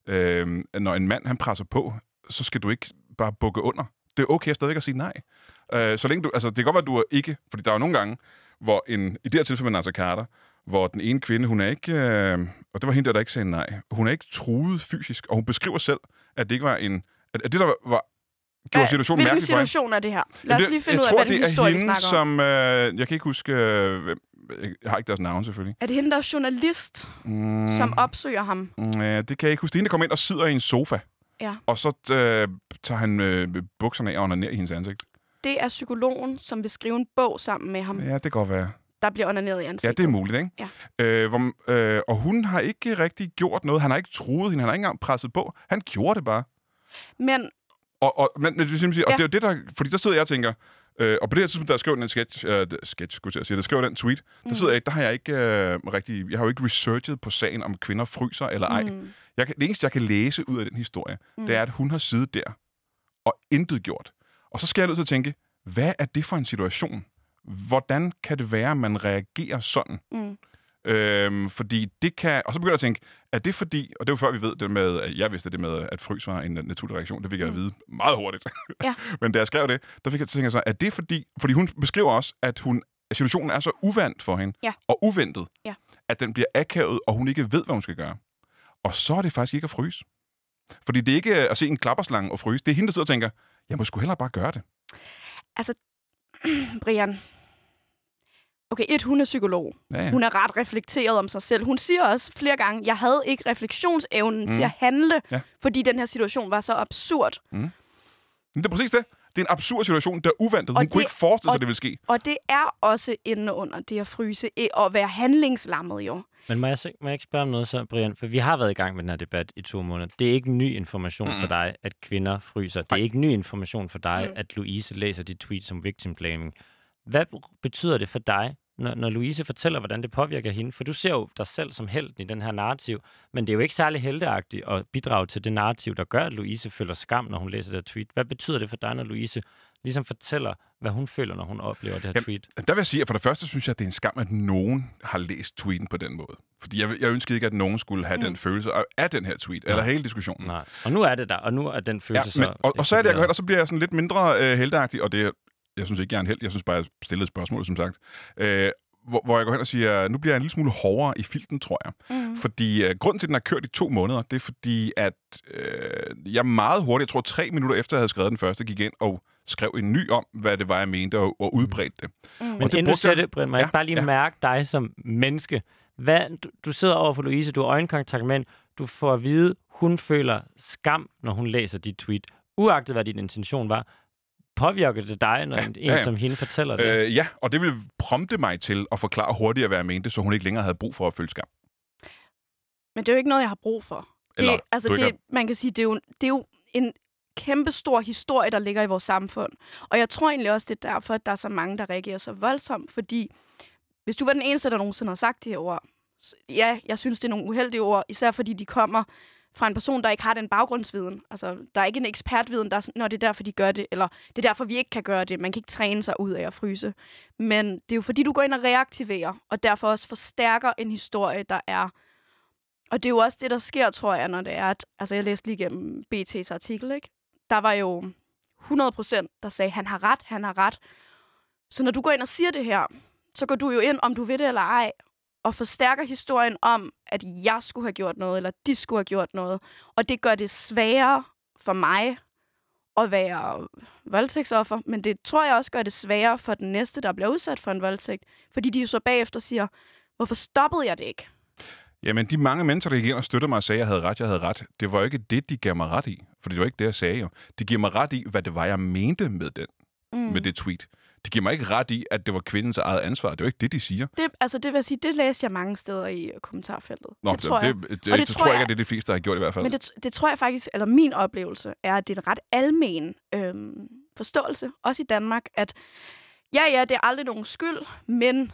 [SPEAKER 3] øh, når en mand han presser på, så skal du ikke bare bukke under. Det er okay stadigvæk at sige nej. Øh, så længe du, altså, det kan godt være, at du er ikke... Fordi der er jo nogle gange, hvor en, i det her tilfælde med Naser Khader, hvor den ene kvinde, hun er ikke... Øh, og det var hende, der, der ikke sagde nej. Hun er ikke truet fysisk, og hun beskriver selv, at det ikke var en... At det, der var... Gjorde situationen
[SPEAKER 1] Hvilken
[SPEAKER 3] mærkelig for hende.
[SPEAKER 1] situation er det her? Lad os lige finde
[SPEAKER 3] jeg
[SPEAKER 1] ud af,
[SPEAKER 3] tror,
[SPEAKER 1] hvad den historie, vi snakker
[SPEAKER 3] som, om. Øh, jeg kan ikke huske... Øh, jeg har ikke deres navn, selvfølgelig.
[SPEAKER 1] Er det hende, der er journalist, mm. som opsøger ham?
[SPEAKER 3] Mm, ja, det kan jeg ikke huske. Det er hende, der kommer ind og sidder i en sofa.
[SPEAKER 1] Ja.
[SPEAKER 3] Og så øh, tager han øh, bukserne af og onanerer i hendes ansigt.
[SPEAKER 1] Det er psykologen, som vil skrive en bog sammen med ham.
[SPEAKER 3] Ja, det kan godt være.
[SPEAKER 1] Der bliver onaneret i ansigtet.
[SPEAKER 3] Ja, det er muligt, ikke?
[SPEAKER 1] Ja.
[SPEAKER 3] Øh, hvor, øh, og hun har ikke rigtig gjort noget. Han har ikke truet hende. Han har ikke engang presset på. Han gjorde det bare.
[SPEAKER 1] Men...
[SPEAKER 3] Og, og, men, men, sige,
[SPEAKER 1] ja.
[SPEAKER 3] og det er jo det, der... Fordi der sidder jeg og tænker... Øh, og på det her tidspunkt, der skrev den sketch... Øh, sketch, skulle jeg sige. Der skrev den tweet. Der mm. sidder jeg... Der har jeg ikke øh, rigtig... Jeg har jo ikke researchet på sagen, om kvinder fryser eller ej. Mm. Jeg kan, det eneste, jeg kan læse ud af den historie, mm. det er, at hun har siddet der og intet gjort. Og så skal jeg nødt til at tænke, hvad er det for en situation? Hvordan kan det være, at man reagerer sådan? Mm. Øhm, fordi det kan... Og så begynder jeg at tænke, er det fordi... Og det er jo før, vi ved det med... At jeg vidste det med, at frys var en naturlig reaktion. Det fik jeg mm. at vide meget hurtigt.
[SPEAKER 1] Ja.
[SPEAKER 3] Men da jeg skrev det, der fik jeg til at tænke så, er det fordi... Fordi hun beskriver også, at hun, at situationen er så uvandt for hende.
[SPEAKER 1] Ja.
[SPEAKER 3] Og uventet.
[SPEAKER 1] Ja. At
[SPEAKER 3] den bliver akavet, og hun ikke ved, hvad hun skal gøre. Og så er det faktisk ikke at fryse. Fordi det er ikke at se en klapperslange og fryse. Det er hende, der sidder og tænker, jeg må sgu hellere bare gøre det.
[SPEAKER 1] Altså, Brian... Okay, et, hun er psykolog. Ja, ja. Hun er ret reflekteret om sig selv. Hun siger også flere gange, jeg havde ikke refleksionsevnen mm. til at handle, ja. fordi den her situation var så absurd. Mm.
[SPEAKER 3] Men det er præcis det. Det er en absurd situation, der er uventet. Hun og kunne det, ikke forestille sig, at det ville ske.
[SPEAKER 1] Og det er også inde under det at fryse og være handlingslammet jo.
[SPEAKER 2] Men må jeg, må jeg ikke spørge om noget så, Brian? For vi har været i gang med den her debat i to måneder. Det er ikke ny information mm. for dig, at kvinder fryser. Det er ikke ny information for dig, mm. at Louise læser de tweets som victim blaming. Hvad betyder det for dig, når, når Louise fortæller, hvordan det påvirker hende. For du ser jo dig selv som helten i den her narrativ, men det er jo ikke særlig helteagtigt at bidrage til det narrativ, der gør, at Louise føler skam, når hun læser det her tweet. Hvad betyder det for dig, når Louise ligesom fortæller, hvad hun føler, når hun oplever det her
[SPEAKER 3] Jamen,
[SPEAKER 2] tweet?
[SPEAKER 3] Der vil jeg sige, at for det første synes jeg, at det er en skam, at nogen har læst tweeten på den måde. Fordi jeg, jeg ønskede ikke, at nogen skulle have mm. den følelse af den her tweet, Nej. eller hele diskussionen.
[SPEAKER 2] Nej. Og nu er det der, og nu er den følelse
[SPEAKER 3] ja, men,
[SPEAKER 2] så...
[SPEAKER 3] Og, og så er det, jeg går hen, og så bliver jeg sådan lidt mindre øh, helteagtig, og det jeg synes ikke, jeg er en held. Jeg synes bare, jeg stillede et spørgsmål, som sagt. Øh, hvor, hvor jeg går hen og siger, nu bliver jeg en lille smule hårdere i filten, tror jeg. Mm. Fordi øh, grunden til, at den har kørt i to måneder, det er fordi, at øh, jeg meget hurtigt, jeg tror tre minutter efter, jeg havde skrevet den første, gik ind og skrev en ny om, hvad det var, jeg mente, og, og udbredte det. Mm.
[SPEAKER 2] Men inden du siger det, Brind, må jeg ja, bare lige ja. mærke dig som menneske. Hvad, du, du sidder over for Louise, du har øjenkontakt med hende, du får at vide, hun føler skam, når hun læser dit tweet. Uagtet hvad din intention var. Påvirker det dig, når ja, en, ja, ja. som hende fortæller det?
[SPEAKER 3] Øh, ja, og det vil prompte mig til at forklare hurtigere, hvad jeg mente, så hun ikke længere havde brug for at føle skam.
[SPEAKER 1] Men det er jo ikke noget, jeg har brug for.
[SPEAKER 3] Eller,
[SPEAKER 1] det, altså, det, man kan sige, det er, jo, det er jo en kæmpe stor historie, der ligger i vores samfund. Og jeg tror egentlig også, det er derfor, at der er så mange, der reagerer så voldsomt. Fordi hvis du var den eneste, der nogensinde har sagt de her ord, ja, jeg synes, det er nogle uheldige ord, især fordi de kommer fra en person, der ikke har den baggrundsviden. Altså, der er ikke en ekspertviden, der er sådan, nå, det er derfor, de gør det, eller det er derfor, vi ikke kan gøre det. Man kan ikke træne sig ud af at fryse. Men det er jo fordi, du går ind og reaktiverer, og derfor også forstærker en historie, der er. Og det er jo også det, der sker, tror jeg, når det er, at, altså jeg læste lige gennem B T's artikel, ikke? Der var jo hundrede procent, der sagde, han har ret, han har ret. Så når du går ind og siger det her, så går du jo ind, om du ved det eller ej, og forstærker historien om, at jeg skulle have gjort noget, eller de skulle have gjort noget. Og det gør det sværere for mig at være voldtægtsoffer, men det tror jeg også gør det sværere for den næste, der bliver udsat for en voldtægt. Fordi de jo så bagefter siger, hvorfor stoppede jeg det ikke?
[SPEAKER 3] Jamen, de mange mennesker, der gik ind og støttede mig og sagde, at jeg havde ret, jeg havde ret, det var jo ikke det, de gav mig ret i. For det var ikke det, jeg sagde jo. De giver mig ret i, hvad det var, jeg mente med den, mm. med det tweet. De giver mig ikke ret i, at det var kvindens eget ansvar. Det er jo ikke det, de siger.
[SPEAKER 1] Det, altså, det vil sige, det læste jeg mange steder i kommentarfeltet.
[SPEAKER 3] Nå,
[SPEAKER 1] det, tror
[SPEAKER 3] det,
[SPEAKER 1] jeg.
[SPEAKER 3] det, det, det, det tror jeg ikke, at det er det fleste, der har gjort i hvert fald.
[SPEAKER 1] Men det, det tror jeg faktisk, eller min oplevelse, er, at det er en ret almen øhm, forståelse, også i Danmark, at ja, ja, det er aldrig nogen skyld, men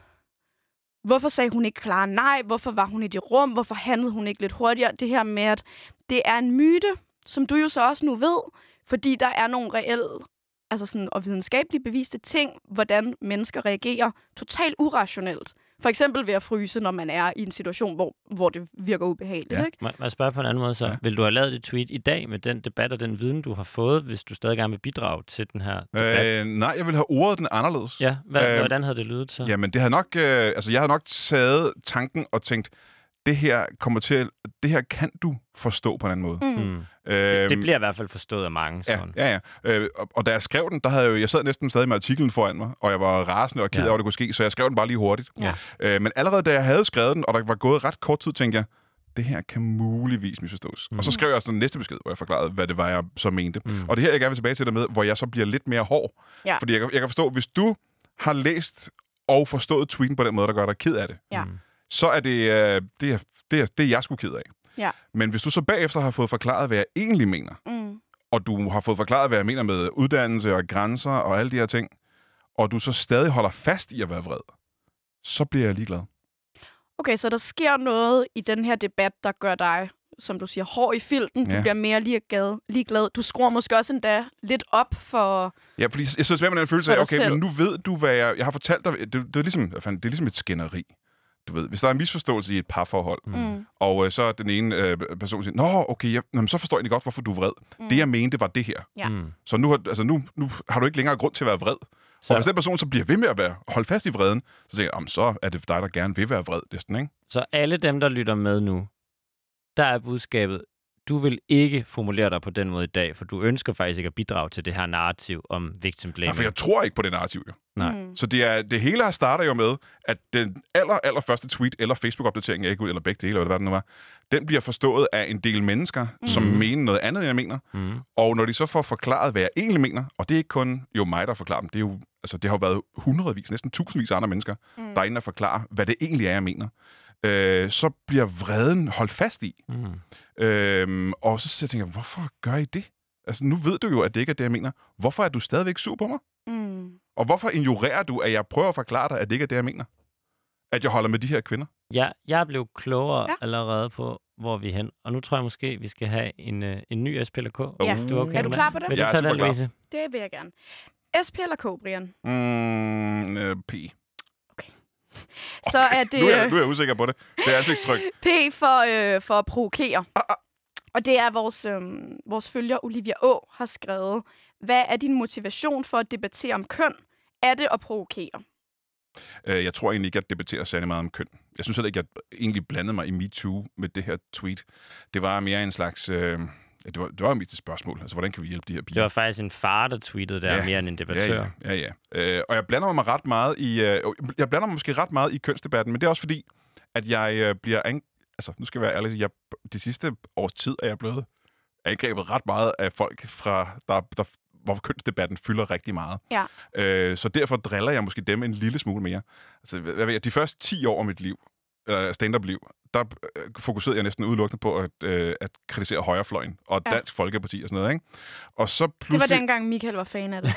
[SPEAKER 1] hvorfor sagde hun ikke klar nej? Hvorfor var hun i det rum? Hvorfor handlede hun ikke lidt hurtigere? Det her med, at det er en myte, som du jo så også nu ved, fordi der er nogle reelle altså sådan, og videnskabeligt beviste ting, hvordan mennesker reagerer totalt urationelt. For eksempel ved at fryse, når man er i en situation, hvor, hvor det virker ubehageligt.
[SPEAKER 3] Ja.
[SPEAKER 1] Ikke?
[SPEAKER 2] Må jeg spørge på en anden måde så? Ja. Vil du have lavet det tweet i dag med den debat og den viden, du har fået, hvis du stadig gerne vil bidrage til den her debat?
[SPEAKER 3] Øh, nej, jeg vil have ordet den anderledes.
[SPEAKER 2] Ja, Hvad,
[SPEAKER 3] øh,
[SPEAKER 2] hvordan havde det lydet så?
[SPEAKER 3] Jamen, det havde nok, øh, altså, jeg havde nok taget tanken og tænkt, det her kommer til, det her kan du forstå på en anden måde.
[SPEAKER 2] Mm. Mm. Det, det bliver i hvert fald forstået af mange. Sådan.
[SPEAKER 3] Ja, ja, ja. Øh, og, og da jeg skrev den, der havde jeg jo, jeg sad næsten stadig med artiklen foran mig, og jeg var rasende og ked af, ja. at det kunne ske, så jeg skrev den bare lige hurtigt.
[SPEAKER 2] Ja.
[SPEAKER 3] Øh, men allerede da jeg havde skrevet den, og der var gået ret kort tid, tænkte jeg, det her kan muligvis misforstås. Mm. Og så skrev jeg også den næste besked, hvor jeg forklarede, hvad det var, jeg så mente. Mm. Og det her, jeg gerne vil tilbage til det med, hvor jeg så bliver lidt mere hård. Ja. Fordi jeg, jeg kan forstå, hvis du har læst og forstået tweeten på den måde, der gør dig ked af det,
[SPEAKER 1] ja.
[SPEAKER 3] så er det, øh, det, er, det, er, det er jeg sgu ked af.
[SPEAKER 1] Ja.
[SPEAKER 3] Men hvis du så bagefter har fået forklaret, hvad jeg egentlig mener, mm. og du har fået forklaret, hvad jeg mener med uddannelse og grænser og alle de her ting, og du så stadig holder fast i at være vred, så bliver jeg ligeglad.
[SPEAKER 1] Okay, så der sker noget i den her debat, der gør dig, som du siger, hård i filten. Du ja. bliver mere ligeglad. ligeglad. Du skruer måske også endda lidt op for...
[SPEAKER 3] Ja, fordi jeg sidder tilbage med den følelse af, okay, selv. Men nu ved du, hvad jeg... Jeg har fortalt dig... Det, det, er, ligesom, det er ligesom et skænderi. Du ved, hvis der er en misforståelse i et parforhold, mm. og øh, så er den ene øh, person siger, nå, okay, jeg, nå, så forstår jeg ikke godt, hvorfor du er vred. Mm. Det, jeg mente, var det her.
[SPEAKER 1] Ja.
[SPEAKER 3] Mm. Så nu har, altså, nu, nu har du ikke længere grund til at være vred. Så. Og hvis den person så bliver ved med at være, holde fast i vreden, så tænker jeg, så er det dig, der gerne vil være vred næsten, ikke?
[SPEAKER 2] Så alle dem, der lytter med nu, der er budskabet, du vil ikke formulere dig på den måde i dag, for du ønsker faktisk ikke at bidrage til det her narrativ om victim blaming.
[SPEAKER 3] Ja, for jeg tror ikke på det narrativ, jo.
[SPEAKER 2] Nej. Mm.
[SPEAKER 3] Så det, er, det hele her starter jo med, at den aller, aller første tweet eller Facebook-opdatering, jeg ikke ud, eller begge dele, eller hvad det nu var, den bliver forstået af en del mennesker, mm. som mener noget andet, end jeg mener. Mm. Og når de så får forklaret, hvad jeg egentlig mener, og det er ikke kun jo mig, der forklarer dem, det, er jo, altså, det har jo været hundredvis, næsten tusindvis af andre mennesker, mm. der er inde og forklare, hvad det egentlig er, jeg mener. Øh, så bliver vreden holdt fast i. Mm. Øh, og så tænker jeg, hvorfor gør I det? Altså, nu ved du jo, at det ikke er det, jeg mener. Hvorfor er du stadigvæk sur på mig? Mm. Og hvorfor ignorerer du, at jeg prøver at forklare dig, at det ikke er det, jeg mener? at jeg holder med de her kvinder.
[SPEAKER 2] Ja, jeg blev klogere
[SPEAKER 1] Ja.
[SPEAKER 2] ja. allerede på, hvor vi er hen. Og nu tror jeg måske, vi skal have en, øh, en ny S P eller K.
[SPEAKER 1] Ja.
[SPEAKER 2] Hvis du er, okay
[SPEAKER 1] Er du
[SPEAKER 2] med
[SPEAKER 1] klar på det?
[SPEAKER 2] Vil
[SPEAKER 3] Jeg
[SPEAKER 2] du
[SPEAKER 3] er
[SPEAKER 2] tage
[SPEAKER 3] super
[SPEAKER 2] den,
[SPEAKER 3] klar.
[SPEAKER 2] Louise?
[SPEAKER 1] Det vil jeg gerne. S P eller K, Brian?
[SPEAKER 3] Mm, øh, P.
[SPEAKER 1] Så er det
[SPEAKER 3] Nu er, jeg,
[SPEAKER 1] øh,
[SPEAKER 3] nu er jeg usikker på det. Det er ansigtstryk.
[SPEAKER 1] P for, øh, for at provokere.
[SPEAKER 3] Ah, ah.
[SPEAKER 1] Og det er vores, øh, vores følger, Olivia Å, har skrevet. Hvad er din motivation for at debattere om køn? Er det at provokere?
[SPEAKER 3] Øh, Jeg tror egentlig ikke, at jeg debatterer særlig meget om køn. Jeg synes heller ikke, at jeg egentlig blandede mig i MeToo med det her tweet. Det var mere en slags... Øh, det, var, det var mest et spørgsmål. Altså, hvordan kan vi hjælpe de her piger?
[SPEAKER 2] Det var faktisk en far, der tweetede der
[SPEAKER 3] Ja.
[SPEAKER 2] ja. mere end en debattør.
[SPEAKER 3] Ja, ja. ja, ja. Øh, og jeg blander mig ret meget i... Øh, jeg blander mig måske ret meget i kønsdebatten, men det er også fordi, at jeg øh, bliver... Ang- altså, nu skal jeg være ærlig. Jeg, de sidste års tid er jeg blevet angrebet ret meget af folk, fra der, der, hvor kønsdebatten fylder rigtig meget.
[SPEAKER 1] Ja.
[SPEAKER 3] Øh, så derfor driller jeg måske dem en lille smule mere. Altså, hvad ved jeg, de første ti år af mit liv, eller stand-up-liv, der øh, fokuserede jeg næsten udelukkende på at, øh, at kritisere højrefløjen og
[SPEAKER 1] Ja.
[SPEAKER 3] Dansk Folkeparti og sådan noget, ikke? Og så
[SPEAKER 1] Det
[SPEAKER 3] pludselig...
[SPEAKER 1] var dengang, Michael var fan af det.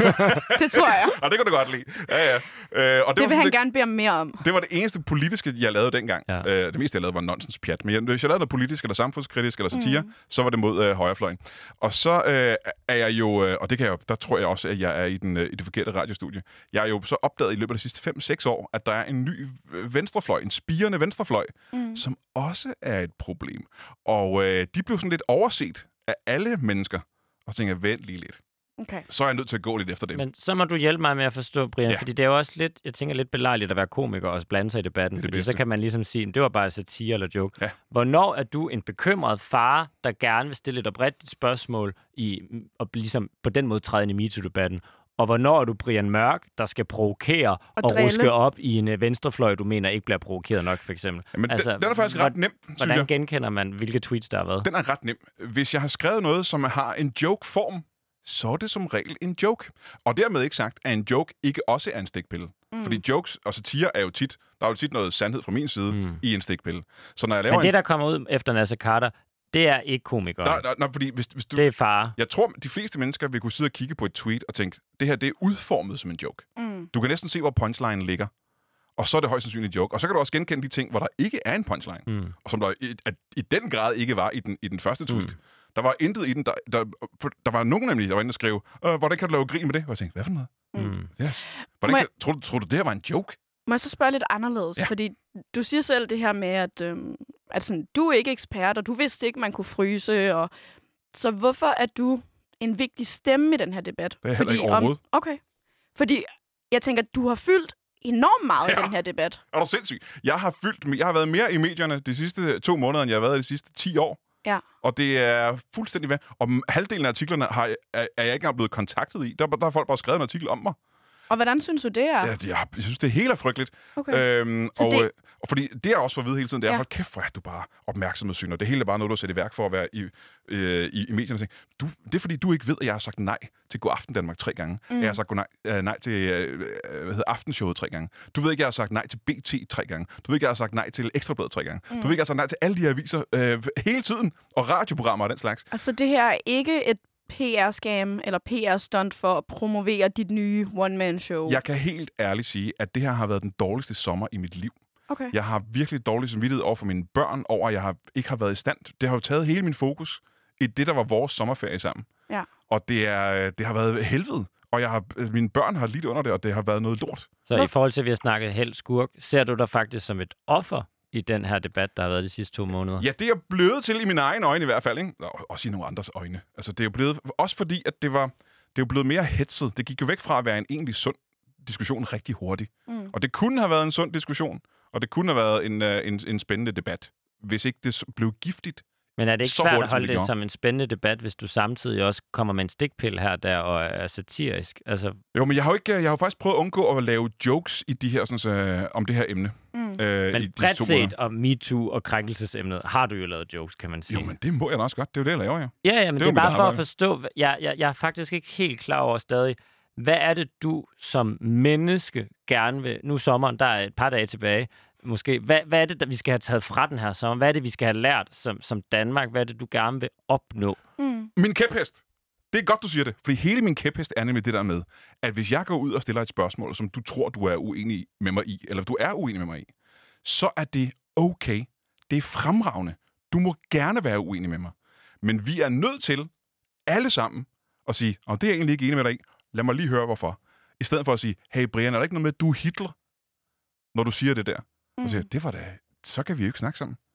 [SPEAKER 1] det tror jeg.
[SPEAKER 3] Og det kunne du godt lide. Ja, ja. Øh, og det,
[SPEAKER 1] Det
[SPEAKER 3] var
[SPEAKER 1] vil
[SPEAKER 3] sådan,
[SPEAKER 1] han
[SPEAKER 3] det,
[SPEAKER 1] gerne bede om mere om.
[SPEAKER 3] det var det eneste politiske, jeg lavede dengang.
[SPEAKER 2] Ja.
[SPEAKER 3] Øh, det meste, jeg lavede, var nonsenspjat. Men hvis jeg lavede noget politisk, eller samfundskritisk, eller satire,
[SPEAKER 1] Mm.
[SPEAKER 3] mm. så var det mod øh, højrefløjen. Og så øh, er jeg jo, øh, og det kan jeg, der tror jeg også, at jeg er i, den, øh, i det forkerte radiostudie. Jeg er jo så opdaget i løbet af de sidste fem seks år, at der er en ny øh, venstrefløj, en spirende venstrefløj,
[SPEAKER 1] Mm.
[SPEAKER 3] som også er et problem. Og øh, de blev sådan lidt overset af alle mennesker. Og så tænker jeg, vent lige lidt.
[SPEAKER 1] Okay.
[SPEAKER 3] Så er jeg nødt til at gå lidt efter dem.
[SPEAKER 2] Men så må du hjælpe mig med at forstå, Brian,
[SPEAKER 3] Ja.
[SPEAKER 2] ja. fordi det er jo også lidt, jeg tænker lidt belejligt at være komiker og også blande sig i debatten,
[SPEAKER 3] Det er det
[SPEAKER 2] fordi
[SPEAKER 3] bedste.
[SPEAKER 2] så kan man ligesom sige, at det var bare satire eller joke.
[SPEAKER 3] Ja.
[SPEAKER 2] Hvornår er du en bekymret far, der gerne vil stille et oprigtigt spørgsmål i, og ligesom på den måde træde ind i MeToo-debatten? Og hvornår er du Brian Mørk, der skal provokere og, og
[SPEAKER 1] drille.
[SPEAKER 2] ruske op i en uh, venstrefløj, du mener ikke bliver provokeret nok, for eksempel?
[SPEAKER 3] Men altså, den, den er faktisk ret nem, synes
[SPEAKER 2] Hvordan
[SPEAKER 3] jeg.
[SPEAKER 2] genkender man, hvilke tweets der har været?
[SPEAKER 3] Den er ret nem. Hvis jeg har skrevet noget, som har en joke-form, så er det som regel en joke. Og dermed ikke sagt, at en joke ikke også er en stikpille. Mm. Fordi jokes og satire er jo tit, der er jo tit noget sandhed fra min side
[SPEAKER 2] Mm.
[SPEAKER 3] i en stikpille. Så når jeg laver
[SPEAKER 2] Men det,
[SPEAKER 3] en...
[SPEAKER 2] der kommer ud efter Nasser Carter, det er ikke komikere.
[SPEAKER 3] Der, der, der, fordi hvis, hvis du...
[SPEAKER 2] Det er far.
[SPEAKER 3] Jeg tror, de fleste mennesker vil kunne sidde og kigge på et tweet og tænke, det her det er udformet som en joke.
[SPEAKER 1] Mm.
[SPEAKER 3] Du kan næsten se, hvor punchline ligger. Og så er det højst sandsynligt en joke. Og så kan du også genkende de ting, hvor der ikke er en punchline.
[SPEAKER 2] Mm.
[SPEAKER 3] Og som der i, at, i den grad ikke var i den, i den første tweet.
[SPEAKER 2] Mm.
[SPEAKER 3] Der var intet i den. Der, der, der var nogen nemlig, der var inde og skrev, øh, hvordan kan du lave grin med det? Og jeg tænkte, hvad for noget?
[SPEAKER 2] Mm.
[SPEAKER 3] Yes. Hvordan
[SPEAKER 1] Må
[SPEAKER 3] kan, tror, du, tror du, det her var en joke?
[SPEAKER 1] Må jeg så spørge lidt anderledes?
[SPEAKER 3] Ja.
[SPEAKER 1] Fordi du siger selv det her med, at, øhm, at sådan, du er ikke ekspert, og du vidste ikke, man kunne fryse. Og... Så hvorfor er du en vigtig stemme i den her debat?
[SPEAKER 3] Det er jeg heller ikke overhovedet.
[SPEAKER 1] Okay. Fordi jeg tænker, du har fyldt enormt meget
[SPEAKER 3] Ja.
[SPEAKER 1] i den her debat.
[SPEAKER 3] Er du sindssyg? Jeg har, fyldt, jeg har været mere i medierne de sidste to måneder, end jeg har været de sidste ti år.
[SPEAKER 1] Ja.
[SPEAKER 3] Og det er fuldstændig hvad. Og halvdelen af artiklerne har, er, er jeg ikke engang blevet kontaktet i. Der, der har folk bare skrevet en artikel om mig.
[SPEAKER 1] Og hvordan synes du, det er?
[SPEAKER 3] Ja, det, jeg, jeg synes, det er helt er frygteligt.
[SPEAKER 1] Okay.
[SPEAKER 3] Øhm,
[SPEAKER 1] Så
[SPEAKER 3] og,
[SPEAKER 1] det-
[SPEAKER 3] det... og fordi det er også for at vide hele tiden, det er,
[SPEAKER 1] Ja.
[SPEAKER 3] hold kæft, hvor er du bare opmærksomhedssyner. Det hele er bare noget, du har sat i værk for at være i, øh, i, i medierne. Du, det er fordi, du ikke ved, at jeg har sagt nej til God Aften Danmark tre gange. Mm. Jeg har sagt nej, øh, nej til øh, hvad hedder, Aftenshowet tre gange. Du ved ikke, jeg har sagt nej til B T tre gange. Du ved ikke, jeg har sagt nej til Ekstrabladet tre gange. Mm. Du ved ikke, jeg har sagt nej til alle de her aviser øh, hele tiden. Og radioprogrammer og den slags.
[SPEAKER 1] Altså, det her er ikke et P R-scam eller P R-stunt for at promovere dit nye one-man-show.
[SPEAKER 3] Jeg kan helt ærligt sige, at det her har været den dårligste sommer i mit liv.
[SPEAKER 1] Okay.
[SPEAKER 3] Jeg har virkelig dårlig samvittighed over for mine børn, over at jeg har, ikke har været i stand. Det har jo taget hele min fokus i det, der var vores sommerferie sammen.
[SPEAKER 1] Ja.
[SPEAKER 3] Og det, er, det har været helvede. Og jeg har, mine børn har lidt under det, og det har været noget lort.
[SPEAKER 2] Så
[SPEAKER 1] Hvor-
[SPEAKER 2] i forhold til, at vi har snakket held skurk, ser du dig faktisk som et offer i den her debat, der har været de sidste to måneder?
[SPEAKER 3] Ja, det er jeg blevet til i mine egne øjne i hvert fald, ikke? Og også i nogle andres øjne. Altså, det er jo blevet, også fordi, at det var, det er jo blevet mere hetset. Det gik jo væk fra at være en egentlig sund diskussion rigtig hurtigt.
[SPEAKER 1] Mm.
[SPEAKER 3] Og det kunne have været en sund diskussion, og det kunne have været en, øh, en, en spændende debat, hvis ikke det s- blev giftigt.
[SPEAKER 2] Men er det ikke
[SPEAKER 3] Så
[SPEAKER 2] svært
[SPEAKER 3] hurtigt,
[SPEAKER 2] at
[SPEAKER 3] som
[SPEAKER 2] holde
[SPEAKER 3] det
[SPEAKER 2] det
[SPEAKER 3] gjorde.
[SPEAKER 2] som en spændende debat, hvis du samtidig også kommer med en stikpille her og der og er satirisk? Altså,
[SPEAKER 3] Jo, men jeg har jo, ikke, jeg har jo faktisk prøvet at undgå at lave jokes i de her, sådan, så, øh, om det her emne.
[SPEAKER 1] Mm.
[SPEAKER 3] Øh, i
[SPEAKER 2] men
[SPEAKER 3] de
[SPEAKER 2] bredt
[SPEAKER 3] to måneder.
[SPEAKER 2] set om MeToo og krænkelsesemnet har du jo lavet jokes, kan man sige.
[SPEAKER 3] Jo, men det må jeg da også godt. Det er jo det, jeg laver, ja.
[SPEAKER 2] Ja, ja, men
[SPEAKER 3] det
[SPEAKER 2] det,
[SPEAKER 3] er
[SPEAKER 2] det er
[SPEAKER 3] jo
[SPEAKER 2] bare
[SPEAKER 3] mit
[SPEAKER 2] for at
[SPEAKER 3] arbejde.
[SPEAKER 2] forstå, hvad- jeg, jeg, jeg er faktisk ikke helt klar over stadig, hvad er det, du som menneske gerne vil... Nu er sommeren, der er et par dage tilbage, måske. Hvad, hvad er det, der vi skal have taget fra den her sommer? Hvad er det, vi skal have lært som, som Danmark? Hvad er det, du gerne vil opnå?
[SPEAKER 1] Mm.
[SPEAKER 3] Min kæphest. Det er godt, du siger det, fordi hele min kæphest er nemlig det der med, at hvis jeg går ud og stiller et spørgsmål, som du tror, du er uenig med mig i, eller du er uenig med mig i, så er det okay. Det er fremragende. Du må gerne være uenig med mig. Men vi er nødt til, alle sammen, at sige, og det er jeg egentlig ikke enig med dig i, lad mig lige høre, hvorfor. I stedet for at sige, hey Brian, er der ikke noget med, at du er Hitler, når du siger det der? Mm. Og siger, det var da, så kan vi jo ikke snakke sammen.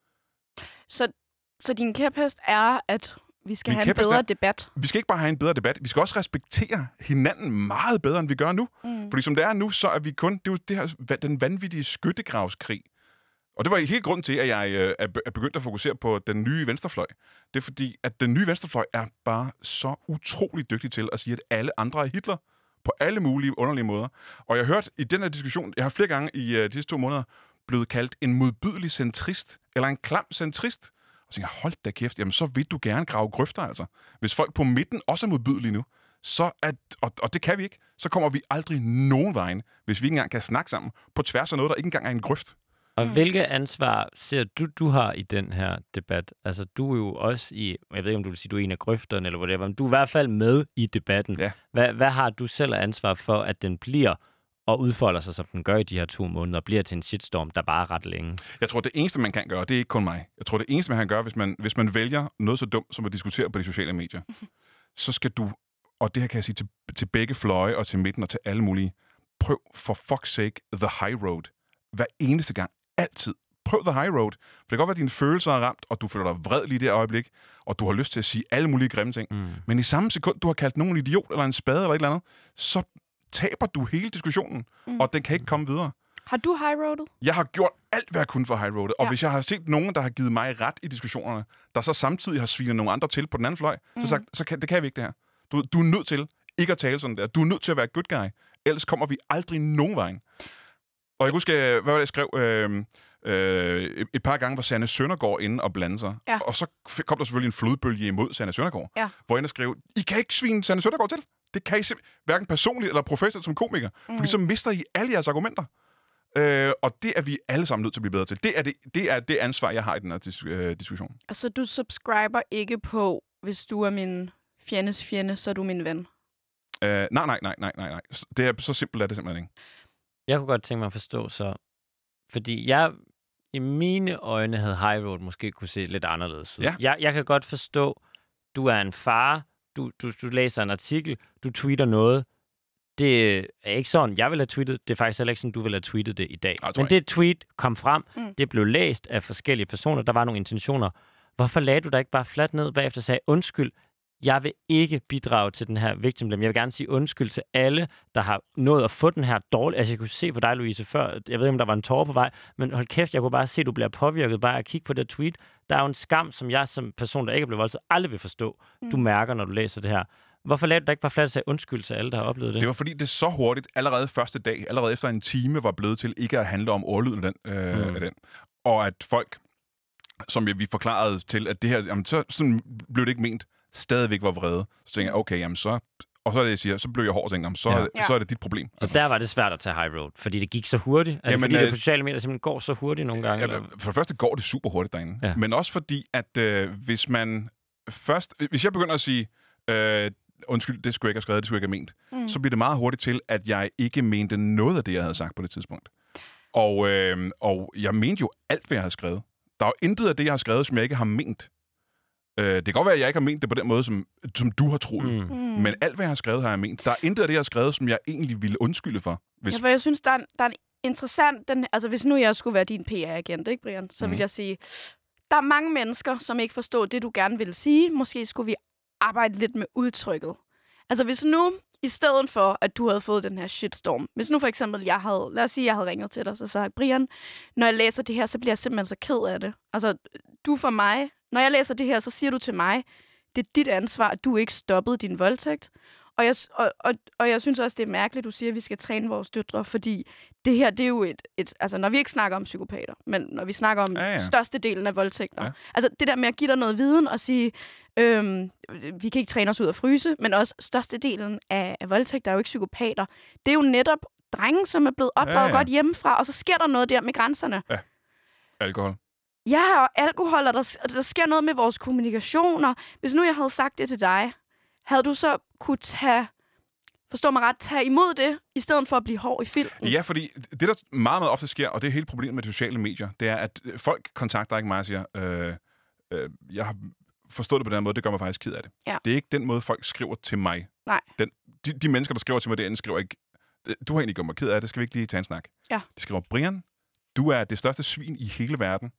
[SPEAKER 1] Så, så din kæphest er, at vi skal
[SPEAKER 3] Min
[SPEAKER 1] have en bedre
[SPEAKER 3] er,
[SPEAKER 1] debat?
[SPEAKER 3] Vi skal ikke bare have en bedre debat, vi skal også respektere hinanden meget bedre, end vi gør nu. Mm. Fordi som det er nu, så er vi kun, det er jo det her, den vanvittige skyttegravskrig. Og det var helt grund til, at jeg øh, er begyndt at fokusere på den nye venstrefløj. Det er fordi, at den nye venstrefløj er bare så utrolig dygtig til at sige, at alle andre er Hitler på alle mulige underlige måder. Og jeg har hørt i den her diskussion, jeg har flere gange i øh, de sidste to måneder blevet kaldt en modbydelig centrist, eller en klam centrist. Og så tænker jeg, hold da kæft, jamen så vil du gerne grave grøfter, altså. Hvis folk på midten også er modbydelige nu, så at, og, og det kan vi ikke, så kommer vi aldrig nogen vejen, hvis vi ikke engang kan snakke sammen på tværs af noget, der ikke engang er en grøft.
[SPEAKER 2] Og mm. hvilke ansvar ser du, du har i den her debat? Altså, du er jo også i, jeg ved ikke, om du vil sige, du er en af grøfterne, eller whatever, men du er i hvert fald med i debatten.
[SPEAKER 3] Ja.
[SPEAKER 2] Hvad, hvad har du selv ansvar for, at den bliver og udfolder sig, som den gør i de her to måneder, og bliver til en shitstorm, der bare er ret længe?
[SPEAKER 3] Jeg tror, det eneste, man kan gøre, det er ikke kun mig. Jeg tror, det eneste, man kan gøre, hvis man, hvis man vælger noget så dumt, som at diskutere på de sociale medier, så skal du, og det her kan jeg sige til, til begge fløje og til midten og til alle mulige, prøv for fuck's sake the high road. Hver eneste gang. Altid. Prøv the high road. For det kan godt være, at dine følelser er ramt, og du føler dig vred lige i det øjeblik, og du har lyst til at sige alle mulige grimme ting. Mm. Men i samme sekund, du har kaldt nogen en idiot, eller en spade, eller et eller andet, så taber du hele diskussionen, mm. og den kan ikke komme videre.
[SPEAKER 1] Har du high-roadet?
[SPEAKER 3] Jeg har gjort alt, hvad jeg kunne for high-roadet, ja. Og hvis jeg har set nogen, der har givet mig ret i diskussionerne, der så samtidig har svinet nogle andre til på den anden fløj, mm. så sagt, så kan, det kan vi ikke det her. Du, du er nødt til ikke at tale sådan der. Du er nødt til at være good guy. Ellers kommer vi aldrig nogen vejen. Og jeg husker, hvad var det, jeg skrev øh, øh, et par gange, hvor Sanne Søndergaard inde og blande sig. Ja. Og så kom der selvfølgelig en flodbølge imod Sanne Søndergaard, ja. Hvor jeg inde skrev, I kan ikke svine Sanne Søndergaard til. Det kan I simpelthen, hverken personligt eller professionelt som komiker. Mm. Fordi så mister I alle jeres argumenter. Øh, og det er vi alle sammen nødt til at blive bedre til. Det er det, det, er det ansvar, jeg har i den her dis- øh, diskussion.
[SPEAKER 1] Altså, du subscriber ikke på, hvis du er min fjendes fjende, så er du min ven?
[SPEAKER 3] Øh, nej, nej, nej, nej, nej. Det er, så simpelt er det simpelthen ikke.
[SPEAKER 2] Jeg kunne godt tænke mig at forstå så, fordi jeg i mine øjne havde High Road måske kunne se lidt anderledes ud.
[SPEAKER 3] Ja.
[SPEAKER 2] Jeg, jeg kan godt forstå, du er en far, du, du, du læser en artikel, du tweeter noget. Det er ikke sådan, jeg vil have tweetet. Det er faktisk heller ikke sådan, du vil have tweetet det i dag.
[SPEAKER 3] Ej,
[SPEAKER 2] Men det tweet kom frem, mm. det blev læst af forskellige personer, der var nogle intentioner. Hvorfor lagde du dig ikke bare fladt ned bagefter og sagde, undskyld, jeg vil ikke bidrage til den her victim blame. Jeg vil gerne sige undskyld til alle, der har nået at få den her dårlige. Altså, jeg kunne se på dig, Louise, før. Jeg ved ikke, om der var en tårer på vej, men hold kæft, jeg kunne bare se, at du bliver påvirket bare at kigge på det tweet. Der er jo en skam, som jeg som person, der ikke er blevet voldtaget, aldrig vil forstå. Mm. Du mærker, når du læser det her. Hvorfor lavede du dig ikke bare fladt og sagde undskyld til alle, der har oplevet det?
[SPEAKER 3] Det var fordi, det så hurtigt, allerede første dag, allerede efter en time, var blevet til ikke at handle om ordlyden af den. Øh, mm. af den. Og at folk, som vi forklarede til, at det her, jamen, så sådan blev det ikke ment, stadigvæk var vrede. Så tænkte jeg, okay, jamen så... Og så er det, jeg siger, så blev jeg hård og tænkte, så, ja. så er det dit problem.
[SPEAKER 2] Så der var det svært at tage high road, fordi det gik så hurtigt? Altså, jamen, fordi øh, det på sociale medier simpelthen går så hurtigt nogle gange? Ja,
[SPEAKER 3] for det første går det super hurtigt derinde. Ja. Men også fordi, at øh, hvis man først... Hvis jeg begynder at sige, øh, undskyld, det skulle jeg ikke have skrevet, det skulle jeg ikke have ment, mm. så bliver det meget hurtigt til, at jeg ikke mente noget af det, jeg havde sagt på det tidspunkt. Og, øh, og jeg mente jo alt, hvad jeg havde skrevet. Der er jo intet af det, jeg har skrevet, som jeg ikke har ment. Det kan godt være, at jeg ikke har ment det på den måde, som, som du har troet. Mm. Men alt, hvad jeg har skrevet, har jeg ment. Der er intet af det, jeg har skrevet, som jeg egentlig ville undskylde for. Hvis...
[SPEAKER 1] Ja, for jeg synes, der er, der er en interessant... Den, altså, hvis nu jeg skulle være din P R-agent, ikke, Brian? Så mm. vil jeg sige, der er mange mennesker, som ikke forstår det, du gerne vil sige. Måske skulle vi arbejde lidt med udtrykket. Altså, hvis nu, i stedet for, at du havde fået den her shitstorm, hvis nu for eksempel, jeg havde... Lad os sige, jeg havde ringet til dig, så sagde Brian, når jeg læser det her, så bliver jeg simpelthen så ked af det. Altså, du for mig... Når jeg læser det her, så siger du til mig, det er dit ansvar, at du ikke stoppede din voldtægt. Og jeg, og, og, og jeg synes også, det er mærkeligt, du siger, at vi skal træne vores døtre, fordi det her, det er jo et, et... Altså, når vi ikke snakker om psykopater, men når vi snakker om ja, ja. størstedelen af voldtægter. Ja. Altså, det der med at give dig noget viden og sige, øhm, vi kan ikke træne os ud af fryse, men også størstedelen af, af voldtægter er jo ikke psykopater. Det er jo netop drenge, som er blevet opdraget ja, ja. godt hjemmefra, og så sker der noget der med grænserne.
[SPEAKER 3] Ja, alkohol.
[SPEAKER 1] Ja, og alkohol, og der, der sker noget med vores kommunikationer. Hvis nu jeg havde sagt det til dig, havde du så kunne tage, forstår mig ret, tage imod det, i stedet for at blive hård i filmen?
[SPEAKER 3] Ja, fordi det, der meget, meget ofte sker, og det er hele problemet med de sociale medier, det er, at folk kontakter ikke mig og siger, øh, øh, jeg har forstået det på den måde, det gør mig faktisk ked af det.
[SPEAKER 1] Ja.
[SPEAKER 3] Det er ikke den måde, folk skriver til mig.
[SPEAKER 1] Nej.
[SPEAKER 3] Den, de, de mennesker, der skriver til mig derinde, skriver ikke, du har egentlig gjort mig ked af det, skal vi ikke lige tage en snak?
[SPEAKER 1] Ja.
[SPEAKER 3] De skriver, Brian, du er det største svin i hele verden,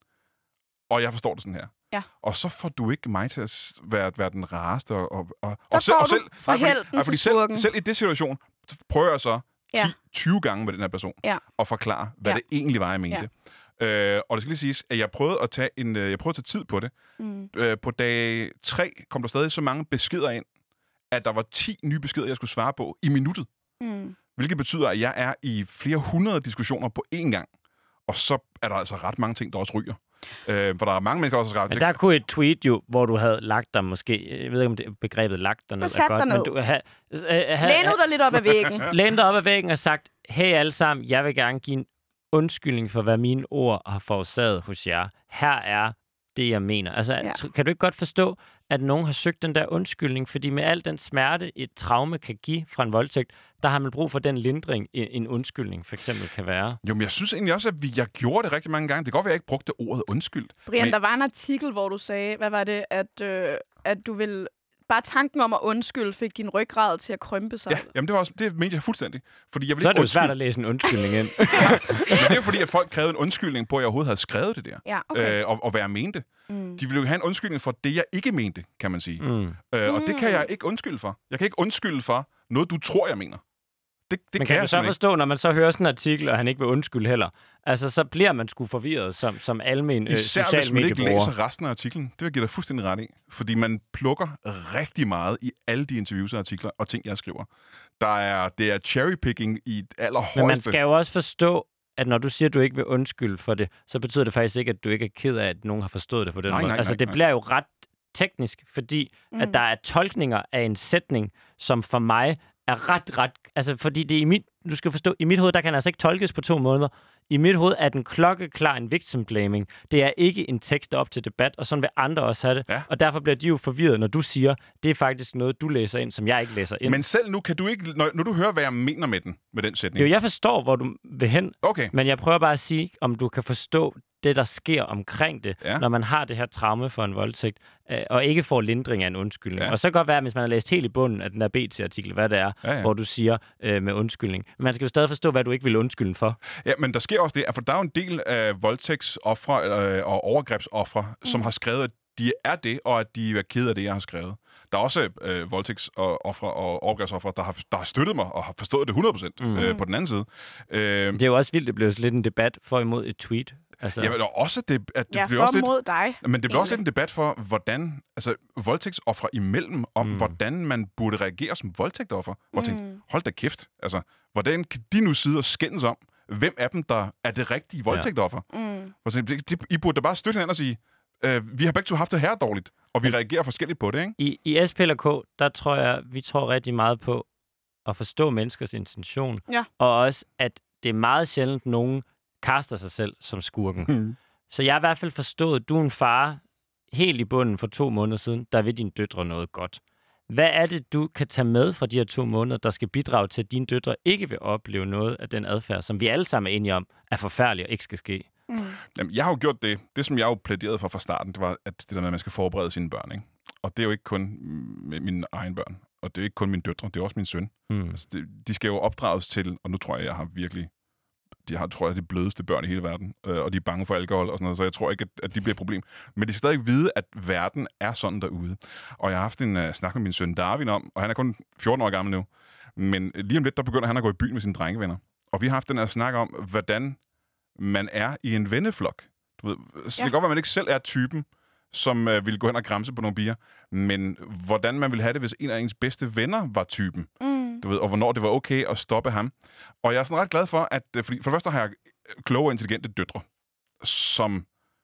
[SPEAKER 3] og jeg forstår det sådan her.
[SPEAKER 1] Ja.
[SPEAKER 3] Og så får du ikke mig til at være, være den rareste. Og, og, og,
[SPEAKER 1] der
[SPEAKER 3] og selv,
[SPEAKER 1] går
[SPEAKER 3] og selv,
[SPEAKER 1] du fra
[SPEAKER 3] nej, fordi,
[SPEAKER 1] helten
[SPEAKER 3] nej, fordi
[SPEAKER 1] til
[SPEAKER 3] selv,
[SPEAKER 1] skurken.
[SPEAKER 3] selv i det situation, så prøver jeg så
[SPEAKER 1] Ja.
[SPEAKER 3] ti tyve gange med den her person,
[SPEAKER 1] Ja.
[SPEAKER 3] og forklare, hvad
[SPEAKER 1] Ja.
[SPEAKER 3] det egentlig var, jeg mente. Ja. Øh, og det skal lige siges, at jeg prøvede at tage, en, jeg prøvede at tage tid på det.
[SPEAKER 1] Mm.
[SPEAKER 3] Øh, på dag tre kom der stadig så mange beskeder ind, at der var ti nye beskeder, jeg skulle svare på i minuttet.
[SPEAKER 1] Mm.
[SPEAKER 3] Hvilket betyder, at jeg er i flere hundrede diskussioner på én gang. Og så er der altså ret mange ting, der også ryger. Øh, for der er mange mennesker, der også har skrevet...
[SPEAKER 2] Men der kunne et tweet jo, hvor du havde lagt dig måske... Jeg ved ikke, om det begrebet lagt dig ned
[SPEAKER 1] sat
[SPEAKER 2] er godt,
[SPEAKER 1] dig ned.
[SPEAKER 2] men du havde... Ha,
[SPEAKER 1] Lænet dig lidt op ad væggen.
[SPEAKER 2] lænet dig op ad væggen og sagt, hey alle sammen, jeg vil gerne give en undskyldning for, hvad mine ord har forårsaget hos jer. Her er det, jeg mener. Altså,
[SPEAKER 1] Ja.
[SPEAKER 2] kan du ikke godt forstå, at nogen har søgt den der undskyldning? Fordi med al den smerte, et traume kan give fra en voldtægt, der har man brug for den lindring, en, en undskyldning for eksempel kan være.
[SPEAKER 3] Jo, men jeg synes egentlig også, at vi, jeg gjorde det rigtig mange gange. Det kan godt være, at jeg ikke brugte ordet undskyld.
[SPEAKER 1] Brian,
[SPEAKER 3] men...
[SPEAKER 1] der var en artikel, hvor du sagde, hvad var det, at, øh, at du vil... Bare tanken om at undskylde fik din ryggrad til at krympe sig.
[SPEAKER 3] Ja, jamen det, var også, det mente jeg fuldstændig. Fordi jeg vil
[SPEAKER 2] Så er
[SPEAKER 3] ikke
[SPEAKER 2] det jo
[SPEAKER 3] undskylde.
[SPEAKER 2] svært at læse en undskyldning ind.
[SPEAKER 3] Men det er jo fordi, at folk krævede en undskyldning på, at jeg overhovedet havde skrevet det der.
[SPEAKER 1] Ja, okay.
[SPEAKER 3] Øh, og, og hvad jeg mente.
[SPEAKER 1] Mm.
[SPEAKER 3] De ville jo have en undskyldning for det, jeg ikke mente, kan man sige.
[SPEAKER 2] Mm.
[SPEAKER 3] Øh, og
[SPEAKER 1] Mm.
[SPEAKER 3] det kan jeg ikke undskylde for. Jeg kan ikke undskylde for noget, du tror, jeg mener. Det, det
[SPEAKER 2] Men
[SPEAKER 3] kan,
[SPEAKER 2] kan
[SPEAKER 3] jeg
[SPEAKER 2] du så
[SPEAKER 3] simpelthen
[SPEAKER 2] forstå, når man så hører sådan en artikel, og han ikke vil undskylde heller, altså så bliver man sgu forvirret som, som almen øh,
[SPEAKER 3] Især
[SPEAKER 2] social
[SPEAKER 3] hvis man ikke
[SPEAKER 2] mediebruger.
[SPEAKER 3] læser resten af artiklen. Det vil jeg give dig fuldstændig ret i. Fordi man plukker rigtig meget i alle de interviews og artikler og ting, jeg skriver. Der er, det er cherrypicking i det allerhøjeste.
[SPEAKER 2] Men man skal jo også forstå, at når du siger, at du ikke vil undskylde for det, så betyder det faktisk ikke, at du ikke er ked af, at nogen har forstået det på den
[SPEAKER 3] Nej,
[SPEAKER 2] måde.
[SPEAKER 3] nej,
[SPEAKER 2] altså
[SPEAKER 3] nej,
[SPEAKER 2] det
[SPEAKER 3] nej.
[SPEAKER 2] bliver jo ret teknisk, fordi
[SPEAKER 1] Mm.
[SPEAKER 2] at der er tolkninger af en sætning, som for mig er ret, ret... Altså, fordi det er i mit... Du skal forstå, i mit hoved, der kan den altså ikke tolkes på to måneder. I mit hoved er den klokkeklar en victim blaming. Det er ikke en tekst op til debat, og sådan vil andre også have det.
[SPEAKER 3] Ja.
[SPEAKER 2] Og derfor bliver de jo forvirret, når du siger, det er faktisk noget, du læser ind, som jeg ikke læser ind.
[SPEAKER 3] Men selv nu kan du ikke... Når, når du hører, hvad jeg mener med den, med den sætning.
[SPEAKER 2] Jo, jeg forstår, hvor du vil hen,
[SPEAKER 3] Okay.
[SPEAKER 2] men jeg prøver bare at sige, om du kan forstå det, der sker omkring det,
[SPEAKER 3] Ja.
[SPEAKER 2] når man har det her traume for en voldtægt, øh, og ikke får lindring af en undskyldning.
[SPEAKER 3] Ja.
[SPEAKER 2] Og så kan det godt være, hvis man har læst helt i bunden af den der B T-artikel, hvad det er,
[SPEAKER 3] Ja, ja.
[SPEAKER 2] hvor du siger øh, med undskyldning. Men man skal jo stadig forstå, hvad du ikke vil undskylde for.
[SPEAKER 3] Ja, men der sker også det, at for der er jo en del af voldtægtsoffre øh, og overgrebsoffre, mm. som har skrevet, at de er det, og at de er ked af det, jeg har skrevet. Der er også øh, voldtægtsoffre og overgrebsoffre, der har, der har støttet mig og har forstået det hundrede procent
[SPEAKER 2] Mm.
[SPEAKER 3] øh, på den anden side. Øh,
[SPEAKER 2] Det er jo også vildt, det blev lidt en debat for imod et tweet. Altså,
[SPEAKER 3] ja, men også det, at det
[SPEAKER 1] Ja,
[SPEAKER 3] bliver
[SPEAKER 1] for
[SPEAKER 3] også lidt...
[SPEAKER 1] mod dig.
[SPEAKER 3] Men det bliver også lidt
[SPEAKER 1] egentlig.
[SPEAKER 3] en debat for, hvordan... Altså, voldtægtsoffre imellem, om
[SPEAKER 2] Mm.
[SPEAKER 3] mm. hvordan man burde reagere som voldtægtoffer. Hvor jeg
[SPEAKER 1] Mm.
[SPEAKER 3] tænkte, hold da kæft. Altså, hvordan kan de nu sidde og skændes om, hvem af dem, der er det rigtige voldtægtoffer?
[SPEAKER 1] Mm.
[SPEAKER 3] Hvor jeg tænkte, det, det, I burde da bare støtte hinanden og sige, øh, vi har begge to haft det her dårligt, og vi reagerer forskelligt på det, ikke?
[SPEAKER 2] I, I S P L K, der tror jeg, vi tror rigtig meget på at forstå menneskers intention.
[SPEAKER 1] Ja.
[SPEAKER 2] Og også, at det er meget sjældent, nogen kaster sig selv som skurken.
[SPEAKER 3] Mm.
[SPEAKER 2] Så jeg har i hvert fald forstået, at du er en far helt i bunden for to måneder siden, der vil dine døtre noget godt. Hvad er det, du kan tage med fra de her to måneder, der skal bidrage til, at dine døtre ikke vil opleve noget af den adfærd, som vi alle sammen er enige om, er forfærdelig og ikke skal ske?
[SPEAKER 1] Mm.
[SPEAKER 3] Jamen, jeg har jo gjort det. Det, som jeg jo plæderede for fra starten, det var, at det der med, at man skal forberede sine børn, ikke? Og det er jo ikke kun mm, mine egne børn, og det er ikke kun mine døtre, det er også min søn.
[SPEAKER 2] Mm.
[SPEAKER 3] Altså, det, de skal jo opdrages til, og nu tror jeg, jeg har virkelig... De har, tror jeg, de blødeste børn i hele verden, øh, og de er bange for alkohol og sådan noget, så jeg tror ikke, at, at de bliver et problem. Men de skal stadig vide, at verden er sådan derude. Og jeg har haft en uh, snak med min søn Darwin om, og han er kun fjorten år gammel nu, men lige om lidt, der begynder han at gå i byen med sine drengevenner. Og vi har haft den her snak om, hvordan man er i en venneflok. Du ved, så ja. Det kan godt være, at man ikke selv er typen, som uh, ville gå hen og gramse på nogle bier, men hvordan man ville have det, hvis en af ens bedste venner var typen.
[SPEAKER 1] Mm.
[SPEAKER 3] Du ved, og hvornår det var okay at stoppe ham. Og jeg er sådan ret glad for, at... Fordi for det første har jeg kloge og intelligente døtre, som...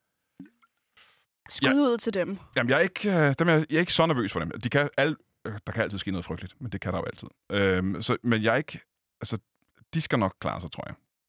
[SPEAKER 1] Skud
[SPEAKER 3] Ja.
[SPEAKER 1] ud til dem.
[SPEAKER 3] Jamen, jeg er ikke, øh, dem er, jeg er ikke så nervøs for dem. De kan alle, øh, der kan altid ske noget frygteligt, men det kan der jo altid. Øhm, så, men jeg er ikke... Altså, de skal nok klare sig, tror jeg.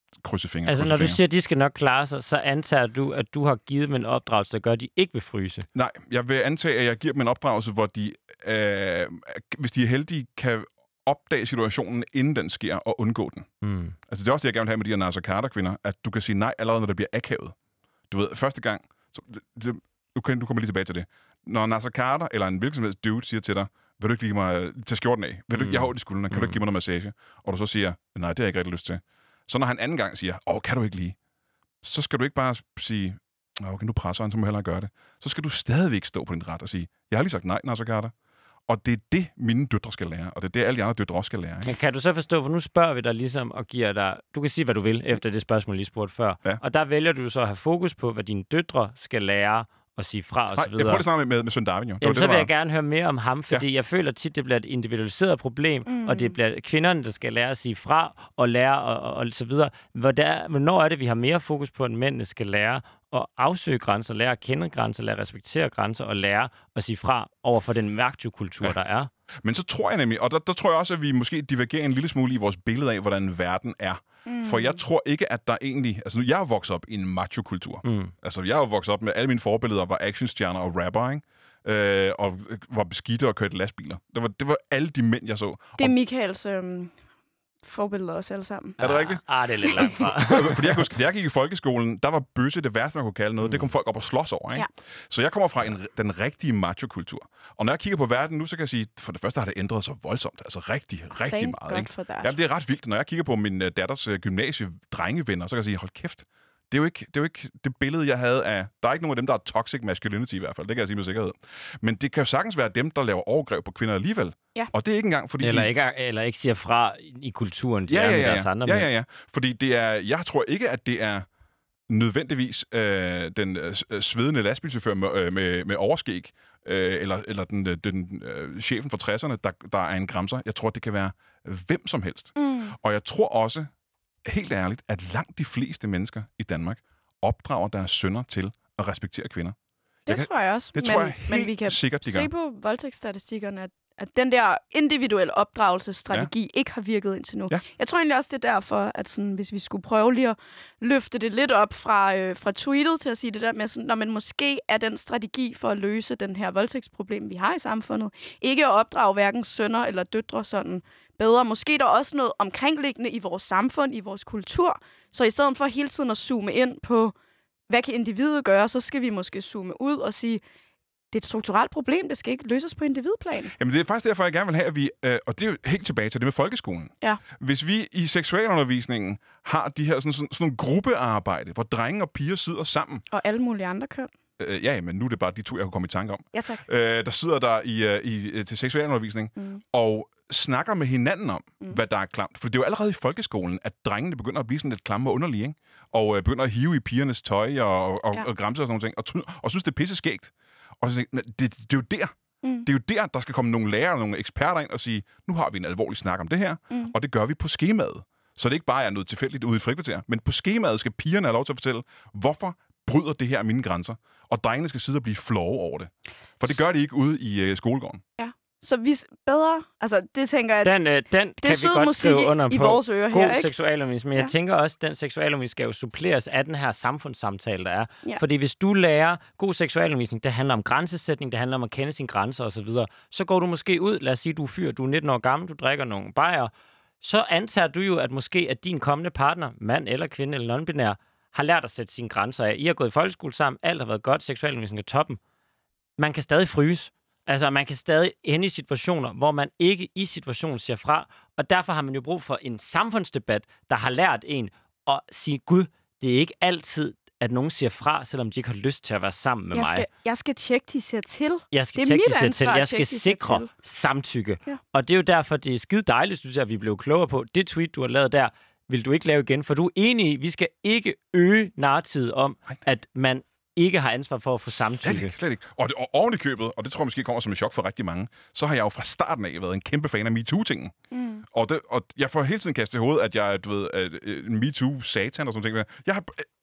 [SPEAKER 3] krydse fingre.
[SPEAKER 2] Altså,
[SPEAKER 3] krydse
[SPEAKER 2] når du
[SPEAKER 3] fingre.
[SPEAKER 2] siger, at de skal nok klare sig, så antager du, at du har givet dem en opdragelse, der gør, at de ikke vil fryse.
[SPEAKER 3] Nej, jeg vil antage, at jeg giver dem en opdragelse, hvor de, øh, hvis de er heldige, kan opdage situationen, inden den sker, og undgå den.
[SPEAKER 2] Mm.
[SPEAKER 3] Altså, det er også det, jeg gerne vil have med de her Nasser Carter-kvinder, at du kan sige nej, allerede når det bliver akavet. Du ved, første gang, så, det, du, kan, du kommer lige tilbage til det. Når Nasser Carter eller en hvilken som helst dude siger til dig, vil du ikke lige mig tage skjorten af? Vil du, mm. Jeg har ondt i skuldrene, kan mm. du ikke give mig noget massage? Og du så siger, nej, det har jeg ikke rigtig lyst til. Så når han anden gang siger, åh, kan du ikke lige? Så skal du ikke bare sige, okay, nu presser han, så må jeg hellere gøre det. Så skal du stadigvæk stå på din ret og sige, jeg har lige sagt nej, Nasser Carter. Og det er det, mine døtre skal lære, og det er det, alle de andre døtre også skal lære. Ikke?
[SPEAKER 2] Men kan du så forstå, for nu spørger vi dig ligesom og giver dig... Du kan sige, hvad du vil, efter det spørgsmål, lige spurgte før.
[SPEAKER 3] Ja.
[SPEAKER 2] Og der vælger du så at have fokus på, hvad dine døtre skal lære og sige fra og
[SPEAKER 3] Nej,
[SPEAKER 2] så videre.
[SPEAKER 3] jeg prøver det snart med, med, med Søren Darwin, jo. Det
[SPEAKER 2] Jamen,
[SPEAKER 3] det,
[SPEAKER 2] så vil
[SPEAKER 3] var...
[SPEAKER 2] jeg gerne høre mere om ham, fordi ja. jeg føler tit, det bliver et individualiseret problem, mm. og det bliver kvinderne, der skal lære at sige fra og lære og, og, og så videre. Hvornår er det, vi har mere fokus på, at mændene skal lære at afsøge grænser, lære at kende grænser, lære at respektere grænser og lære at sige fra over for den magtkultur, ja. der er?
[SPEAKER 3] Men så tror jeg nemlig, og der, der tror jeg også, at vi måske divergerer en lille smule i vores billede af, hvordan verden er. Mm. For jeg tror ikke, at der egentlig... Altså nu, jeg er vokset op i en macho-kultur. Mm. Altså, jeg er jo vokset op med alle mine forbilleder, var actionstjerner og rapper, ikke? Øh, og var beskidte og kørte lastbiler. Det var, det var alle de mænd, jeg så.
[SPEAKER 1] Det er Michaels øhm, forbilleder også alle sammen.
[SPEAKER 3] Er det rigtigt?
[SPEAKER 2] Ah, det er lidt langt fra.
[SPEAKER 3] Fordi jeg, huske, da jeg gik i folkeskolen, der var bøsse det værste, man kunne kalde noget. Mm. Det kom folk op og slås over, ikke? Ja. Så jeg kommer fra en, den rigtige macho-kultur. Og når jeg kigger på verden nu, så kan jeg sige, for det første har det ændret sig voldsomt. Altså rigtig, rigtig
[SPEAKER 1] Thank
[SPEAKER 3] meget. Ikke?
[SPEAKER 1] For
[SPEAKER 3] Jamen, det er ret vildt. Når jeg kigger på min uh, datters uh, gymnasie-drengevenner, så kan jeg sige, hold kæft. Det er, jo ikke, det er jo ikke det billede, jeg havde af... Der er ikke nogen af dem, der er toxic masculinity i hvert fald. Det kan jeg sige med sikkerhed. Men det kan jo sagtens være dem, der laver overgreb på kvinder alligevel.
[SPEAKER 1] Ja.
[SPEAKER 3] Og det er ikke engang, fordi...
[SPEAKER 2] Eller
[SPEAKER 3] de...
[SPEAKER 2] ikke, eller ikke siger fra i kulturen, de
[SPEAKER 3] ja, ja, ja,
[SPEAKER 2] er med deres andre
[SPEAKER 3] ja, ja, ja. Fordi det er... Jeg tror ikke, at det er nødvendigvis øh, den øh, svedende lastbilchauffør med, øh, med, med overskæg, øh, eller, eller den, den øh, chefen fra tresserne, der, der er en gramser. Jeg tror, det kan være hvem som helst. Mm. Og jeg tror også, helt ærligt, at langt de fleste mennesker i Danmark opdrager deres sønner til at respektere kvinder.
[SPEAKER 1] Det jeg kan, tror jeg også.
[SPEAKER 3] Det
[SPEAKER 1] men,
[SPEAKER 3] tror jeg helt
[SPEAKER 1] men vi kan
[SPEAKER 3] sikkert, de
[SPEAKER 1] se
[SPEAKER 3] gør.
[SPEAKER 1] på voldtægtsstatistikkerne, at, at den der individuelle opdragelsesstrategi ja. ikke har virket indtil nu. Ja. Jeg tror egentlig også, det er derfor, at sådan, hvis vi skulle prøve lige at løfte det lidt op fra, øh, fra tweetet til at sige det der med, sådan, når man måske er den strategi for at løse den her voldtægtsproblem, vi har i samfundet, ikke at opdrage hverken sønner eller døtre sådan bedre. Måske er der også noget omkringliggende i vores samfund, i vores kultur. Så i stedet for hele tiden at zoome ind på, hvad kan individet gøre, så skal vi måske zoome ud og sige, det er et strukturelt problem, det skal ikke løses på individplan.
[SPEAKER 3] Jamen det er faktisk derfor, jeg gerne vil have, at vi, øh, og det er jo helt tilbage til det med folkeskolen.
[SPEAKER 1] Ja.
[SPEAKER 3] Hvis vi i seksualundervisningen har de her sådan, sådan, sådan nogle gruppearbejde, hvor drenge og piger sidder sammen.
[SPEAKER 1] Og alle mulige andre køn.
[SPEAKER 3] Øh, ja, men nu er det bare de to, jeg kunne komme i tanke om.
[SPEAKER 1] Ja, tak.
[SPEAKER 3] Øh, der sidder der i, i, til seksualundervisning mm. og snakker med hinanden om, mm. hvad der er klamt. For det er jo allerede i folkeskolen, at drengene begynder at blive sådan lidt klamme og underlige, ikke? Og øh, begynder at hive i pigernes tøj og, og, ja. og gramse og sådan noget, og, t- og synes, det er pisse skægt. Og så tænker det, det er jo der. Mm. Det er jo der, der skal komme nogle lærere og nogle eksperter ind og sige, nu har vi en alvorlig snak om det her, mm. og det gør vi på skemaet. Så det ikke bare er noget tilfældigt ude i frikvarter, men på skemaet skal pigerne have lov til at fortælle, hvorfor bryder det her mine grænser, og drengene skal sidde og blive flove over det. For det gør de ikke ude i øh, skolegården.
[SPEAKER 1] Ja. Så vi bedre, altså det tænker jeg,
[SPEAKER 2] den, øh, den
[SPEAKER 1] det
[SPEAKER 2] kan vi godt skrive under
[SPEAKER 1] i
[SPEAKER 2] på.
[SPEAKER 1] Vores ører
[SPEAKER 2] God
[SPEAKER 1] her, ikke?
[SPEAKER 2] seksualundervisning. Men ja. jeg tænker også, at den seksualundervisning skal jo suppleres af den her samfundssamtale, der er.
[SPEAKER 1] Ja.
[SPEAKER 2] Fordi hvis du lærer god seksualundervisning, det handler om grænsesætning, det handler om at kende sine grænser osv., så, så går du måske ud, lad os sige, du er fyr, du er nitten år gammel, du drikker nogle bajer, så antager du jo, at måske at din kommende partner, mand eller kvinde eller non-binær, har lært at sætte sine grænser af. I har gået i folkeskole sammen, alt har været godt, seksualundervisning er toppen. Man kan stadig fryse. Altså, man kan stadig ende i situationer, hvor man ikke i situationen siger fra, og derfor har man jo brug for en samfundsdebat, der har lært en at sige, Gud, det er ikke altid, at nogen siger fra, selvom de ikke har lyst til at være sammen med
[SPEAKER 1] jeg
[SPEAKER 2] mig.
[SPEAKER 1] Skal, jeg skal tjekke, de siger til.
[SPEAKER 2] Jeg skal
[SPEAKER 1] det er
[SPEAKER 2] tjekke,
[SPEAKER 1] mit
[SPEAKER 2] de
[SPEAKER 1] ansvar
[SPEAKER 2] siger til. Jeg skal
[SPEAKER 1] tjekke,
[SPEAKER 2] sikre
[SPEAKER 1] til.
[SPEAKER 2] samtykke. Ja. Og det er jo derfor, det er skide dejligt, synes jeg, at vi blev klogere på. Det tweet, du har lavet der, vil du ikke lave igen, for du er enig i, vi skal ikke øge narrativet om, at man ikke har ansvar for at få samtykke.
[SPEAKER 3] Slet ikke, slet ikke. Og, det, og oven i købet, og det tror jeg måske kommer som et chok for rigtig mange, så har jeg jo fra starten af været en kæmpe fan af MeToo-tingen. Mm. Og, det, og jeg får hele tiden kastet i hovedet, at jeg er, du ved, en MeToo-satan og sådan ting. Jeg har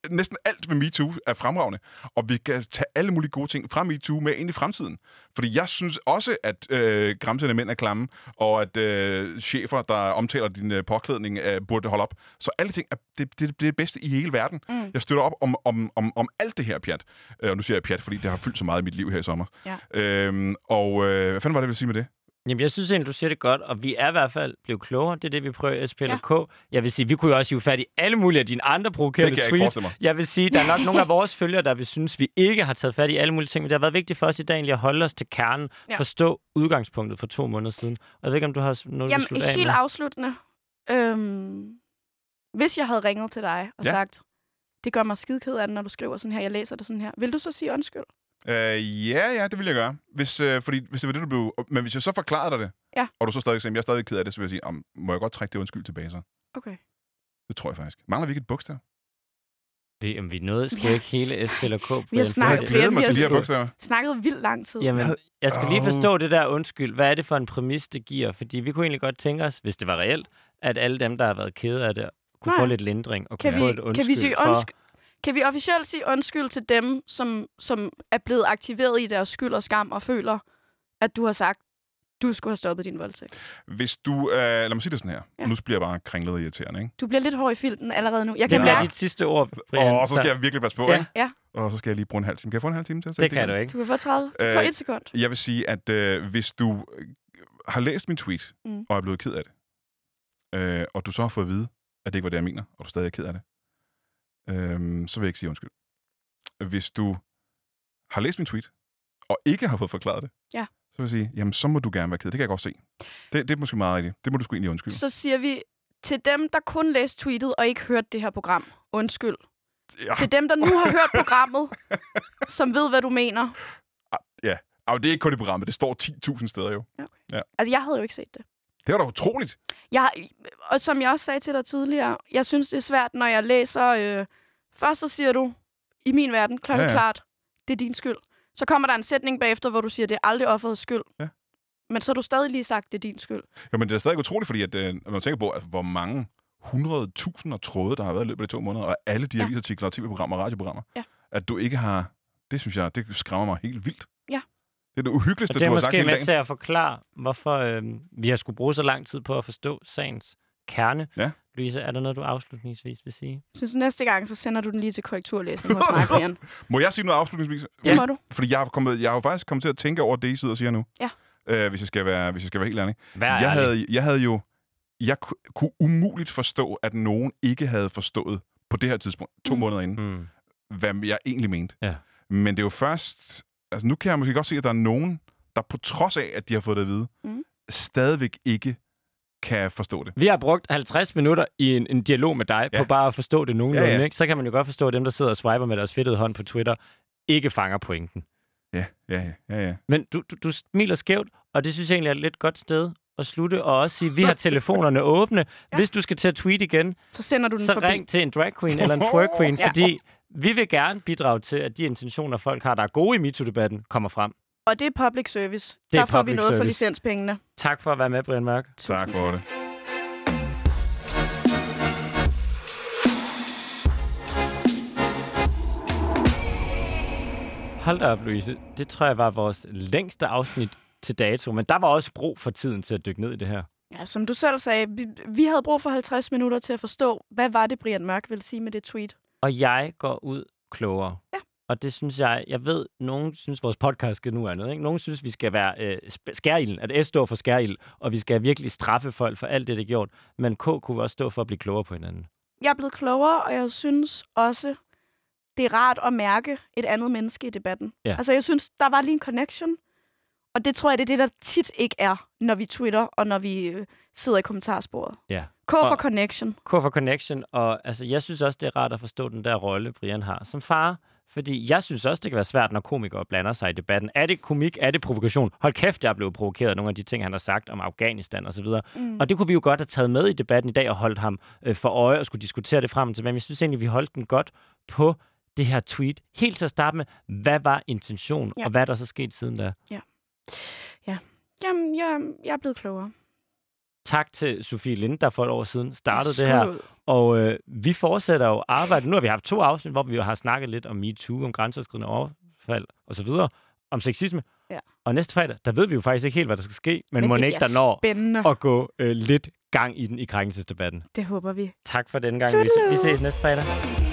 [SPEAKER 3] næsten alt med MeToo er fremragende, og vi kan tage alle mulige gode ting fra MeToo med ind i fremtiden. Fordi jeg synes også, at øh, græmsende mænd er klamme, og at øh, chefer, der omtaler din øh, påklædning, øh, burde holde op. Så alle ting, er, det, det, det er det bedste i hele verden. Mm. Jeg støtter op om, om, om, om alt det her pjat. Øh, og nu siger jeg pjat, fordi det har fyldt så meget i mit liv her i sommer. Ja. Øhm, og øh, hvad fanden var det, jeg ville sige med det?
[SPEAKER 2] Jamen, jeg synes egentlig, du siger det godt, og vi er i hvert fald blevet klogere. Det er det, vi prøver i S P L K. Ja. Jeg vil sige, vi kunne jo også hive fat i alle mulige af dine andre provokerende tweets. Det kan jeg ikke forestille mig. Jeg vil sige, der er nok nogle af vores følgere, der vil synes, vi ikke har taget fat i alle mulige ting, men det har været vigtigt for os i dag egentlig at holde os til kernen, ja. Forstå udgangspunktet for to måneder siden. Og jeg ved ikke, om du har noget,
[SPEAKER 1] Jamen,
[SPEAKER 2] du slutte af
[SPEAKER 1] helt
[SPEAKER 2] med.
[SPEAKER 1] afsluttende. Øhm, hvis jeg havde ringet til dig og ja. sagt, det gør mig skideked af det, når du skriver sådan her, jeg læser det sådan her. Vil du så sige undskyld?
[SPEAKER 3] Øh, ja, ja, det vil jeg gøre. Hvis, øh, fordi, hvis det var det, du blev... Men hvis jeg så forklarede dig det, ja. Og du så stadig sagde, jeg er stadig ked af det, så vil jeg sige, om, må jeg godt trække det undskyld tilbage så?
[SPEAKER 1] Okay.
[SPEAKER 3] Det tror jeg faktisk. Mangler vi ikke et bogstav?
[SPEAKER 2] Det, om vi nåede sgu ja. ikke hele S P L K.
[SPEAKER 1] Vi har snakket,
[SPEAKER 3] jeg mig til de her bogstaver.
[SPEAKER 1] snakket vildt lang tid.
[SPEAKER 2] Jamen, jeg skal lige forstå det der undskyld. Hvad er det for en præmis, det giver? Fordi vi kunne egentlig godt tænke os, hvis det var reelt, at alle dem, der har været kede af det, kunne Nej. få lidt lindring og kunne
[SPEAKER 1] kan
[SPEAKER 2] få
[SPEAKER 1] vi,
[SPEAKER 2] et undskyld
[SPEAKER 1] kan vi sige
[SPEAKER 2] for...
[SPEAKER 1] undskyld? Kan vi officielt sige undskyld til dem, som, som er blevet aktiveret i deres skyld og skam og føler, at du har sagt, du skulle have stoppet din voldtægt?
[SPEAKER 3] Hvis du... Øh, lad mig sige det sådan her. Ja. Nu bliver jeg bare kringlet og irriterende, ikke?
[SPEAKER 1] Du bliver lidt hård i filten allerede nu. Jeg
[SPEAKER 2] kan
[SPEAKER 1] det
[SPEAKER 2] er dit sidste ord, Brian.
[SPEAKER 3] Og så skal jeg virkelig passe på,
[SPEAKER 2] ja.
[SPEAKER 3] ikke?
[SPEAKER 1] Ja.
[SPEAKER 3] Og så skal jeg lige bruge en halv time. Kan jeg få en halv time til at
[SPEAKER 2] sætte det? Det kan du ikke.
[SPEAKER 1] Du kan få tredive. For et sekund.
[SPEAKER 3] Jeg vil sige, at øh, hvis du har læst min tweet, mm. og er blevet ked af det, øh, og du så har fået at vide, at det ikke var det, jeg mener, og du stadig er ked af det, øh, så vil jeg ikke sige undskyld. Hvis du har læst min tweet, og ikke har fået forklaret det,
[SPEAKER 1] ja.
[SPEAKER 3] så vil jeg sige, jamen så må du gerne være ked. Det kan jeg godt se. Det, det er måske meget rigtigt. Det må du sgu egentlig undskylde.
[SPEAKER 1] Så siger vi til dem, der kun læste tweetet og ikke hørte det her program, undskyld. Ja. Til dem, der nu har hørt programmet, som ved, hvad du mener.
[SPEAKER 3] Ja, og det er ikke kun i programmet. Det står ti tusind steder jo. Okay.
[SPEAKER 1] Ja. Altså, jeg havde jo ikke set det.
[SPEAKER 3] Det var da utroligt.
[SPEAKER 1] Jeg, og som jeg også sagde til dig tidligere, jeg synes, det er svært, når jeg læser... Øh, først så siger du, i min verden, klokkeklart, ja, ja. det er din skyld. Så kommer der en sætning bagefter, hvor du siger, det er aldrig offerets skyld. Ja. Men så har du stadig lige sagt, det er din skyld. Ja, men det er stadig utroligt, fordi at, øh, når man tænker på, at hvor mange hundrede tusinder tråde, der har været i løbet af de to måneder, og alle de avisartikler, ja. tv-programmer og radioprogrammer, ja. at du ikke har... Det synes jeg, det skræmmer mig helt vildt. Ja.
[SPEAKER 3] Det er det uhyggeligste,
[SPEAKER 2] du
[SPEAKER 3] har sagt hele dagen.
[SPEAKER 2] Det er måske med til at forklare, hvorfor øh, vi har skulle bruge så lang tid på at forstå sagens kerne. Ja. Louise, er der noget, du afslutningsvis vil sige? Jeg
[SPEAKER 1] synes, næste gang, så sender du den lige til korrekturlæsning hos mig, Brian.
[SPEAKER 3] Må jeg sige noget afslutningsvis?
[SPEAKER 1] Ja. Det må du.
[SPEAKER 3] Fordi jeg har, kommet, jeg har jo faktisk kommet til at tænke over det, I sidder og siger nu.
[SPEAKER 1] Ja.
[SPEAKER 3] Øh, hvis, jeg skal være, hvis jeg skal være helt ærlig.
[SPEAKER 2] Vær
[SPEAKER 3] jeg, havde, jeg havde jo... Jeg kunne umuligt forstå, at nogen ikke havde forstået på det her tidspunkt, to mm. måneder inden, mm. hvad jeg egentlig mente. Ja. Men det er jo først... Altså, nu kan jeg måske godt se, at der er nogen, der på trods af, at de har fået det at vide, mm. stadigvæk ikke kan forstå det.
[SPEAKER 2] Vi har brugt halvtreds minutter i en, en dialog med dig, ja. på bare at forstå det nogenlunde, ja, ja. ikke? Så kan man jo godt forstå, at dem, der sidder og swiper med deres fedtede hånd på Twitter, ikke fanger pointen.
[SPEAKER 3] Ja, ja, ja, ja.
[SPEAKER 2] Men du, du, du smiler skævt, og det synes jeg egentlig er et lidt godt sted at slutte, og også sige, at vi har telefonerne åbne. Ja. Hvis du skal til at tweet igen,
[SPEAKER 1] så sender du den
[SPEAKER 2] så
[SPEAKER 1] forbi.
[SPEAKER 2] ring til en drag queen eller en twerk queen, ja. fordi vi vil gerne bidrage til, at de intentioner, folk har, der er gode i MeToo-debatten, kommer frem.
[SPEAKER 1] Og det er public service. Det der får vi noget service. For licenspengene.
[SPEAKER 2] Tak for at være med, Brian Mørk.
[SPEAKER 3] Tak for det.
[SPEAKER 2] Hold da op, Louise. Det tror jeg var vores længste afsnit til dato, men der var også brug for tiden til at dykke ned i det her.
[SPEAKER 1] Ja, som du selv sagde, vi, vi havde brug for halvtreds minutter til at forstå, hvad var det, Brian Mørk ville sige med det tweet.
[SPEAKER 2] Og jeg går ud klogere. Ja. Og det synes jeg, jeg ved, nogen synes, vores podcast skal nu andet, ikke? Nogen synes, vi skal være øh, skærilden, at S står for skærild, og vi skal virkelig straffe folk for alt det, det er gjort. Men K kunne også stå for at blive klogere på hinanden. Jeg er blevet klogere, og jeg synes også, det er rart at mærke et andet menneske i debatten. Ja. Altså, jeg synes, der var lige en connection, og det tror jeg, det er det, der tit ikke er, når vi twitter, og når vi øh, sidder i kommentarsporet. Ja. K for og, connection. K for connection, og altså, jeg synes også, det er rart at forstå den der rolle, Brian har som far. Fordi jeg synes også, det kan være svært, når komikere blander sig i debatten. Er det komik? Er det provokation? Hold kæft, jeg er blevet provokeret af nogle af de ting, han har sagt om Afghanistan osv. Mm. Og det kunne vi jo godt have taget med i debatten i dag og holdt ham øh, for øje og skulle diskutere det frem til. Men jeg synes egentlig, vi holdt den godt på det her tweet. Helt til at starte med, hvad var intentionen, ja. Og hvad er der så sket siden da? Ja, ja. Jamen, jeg, jeg er blevet klogere. Tak til Sofie Linde, der for et år siden startede
[SPEAKER 1] Skud.
[SPEAKER 2] det her. Og øh, vi fortsætter jo arbejdet. Nu har vi haft to afsnit, hvor vi jo har snakket lidt om MeToo, om grænseoverskridende overfald osv., om sexisme.
[SPEAKER 1] Ja.
[SPEAKER 2] Og næste fredag, der ved vi jo faktisk ikke helt, hvad der skal ske, men, men må ikke, der når
[SPEAKER 1] spændende.
[SPEAKER 2] at gå øh, lidt gang i den i krænkelsesdebatten.
[SPEAKER 1] Det håber vi.
[SPEAKER 2] Tak for denne gang. Vi, vi ses næste fredag.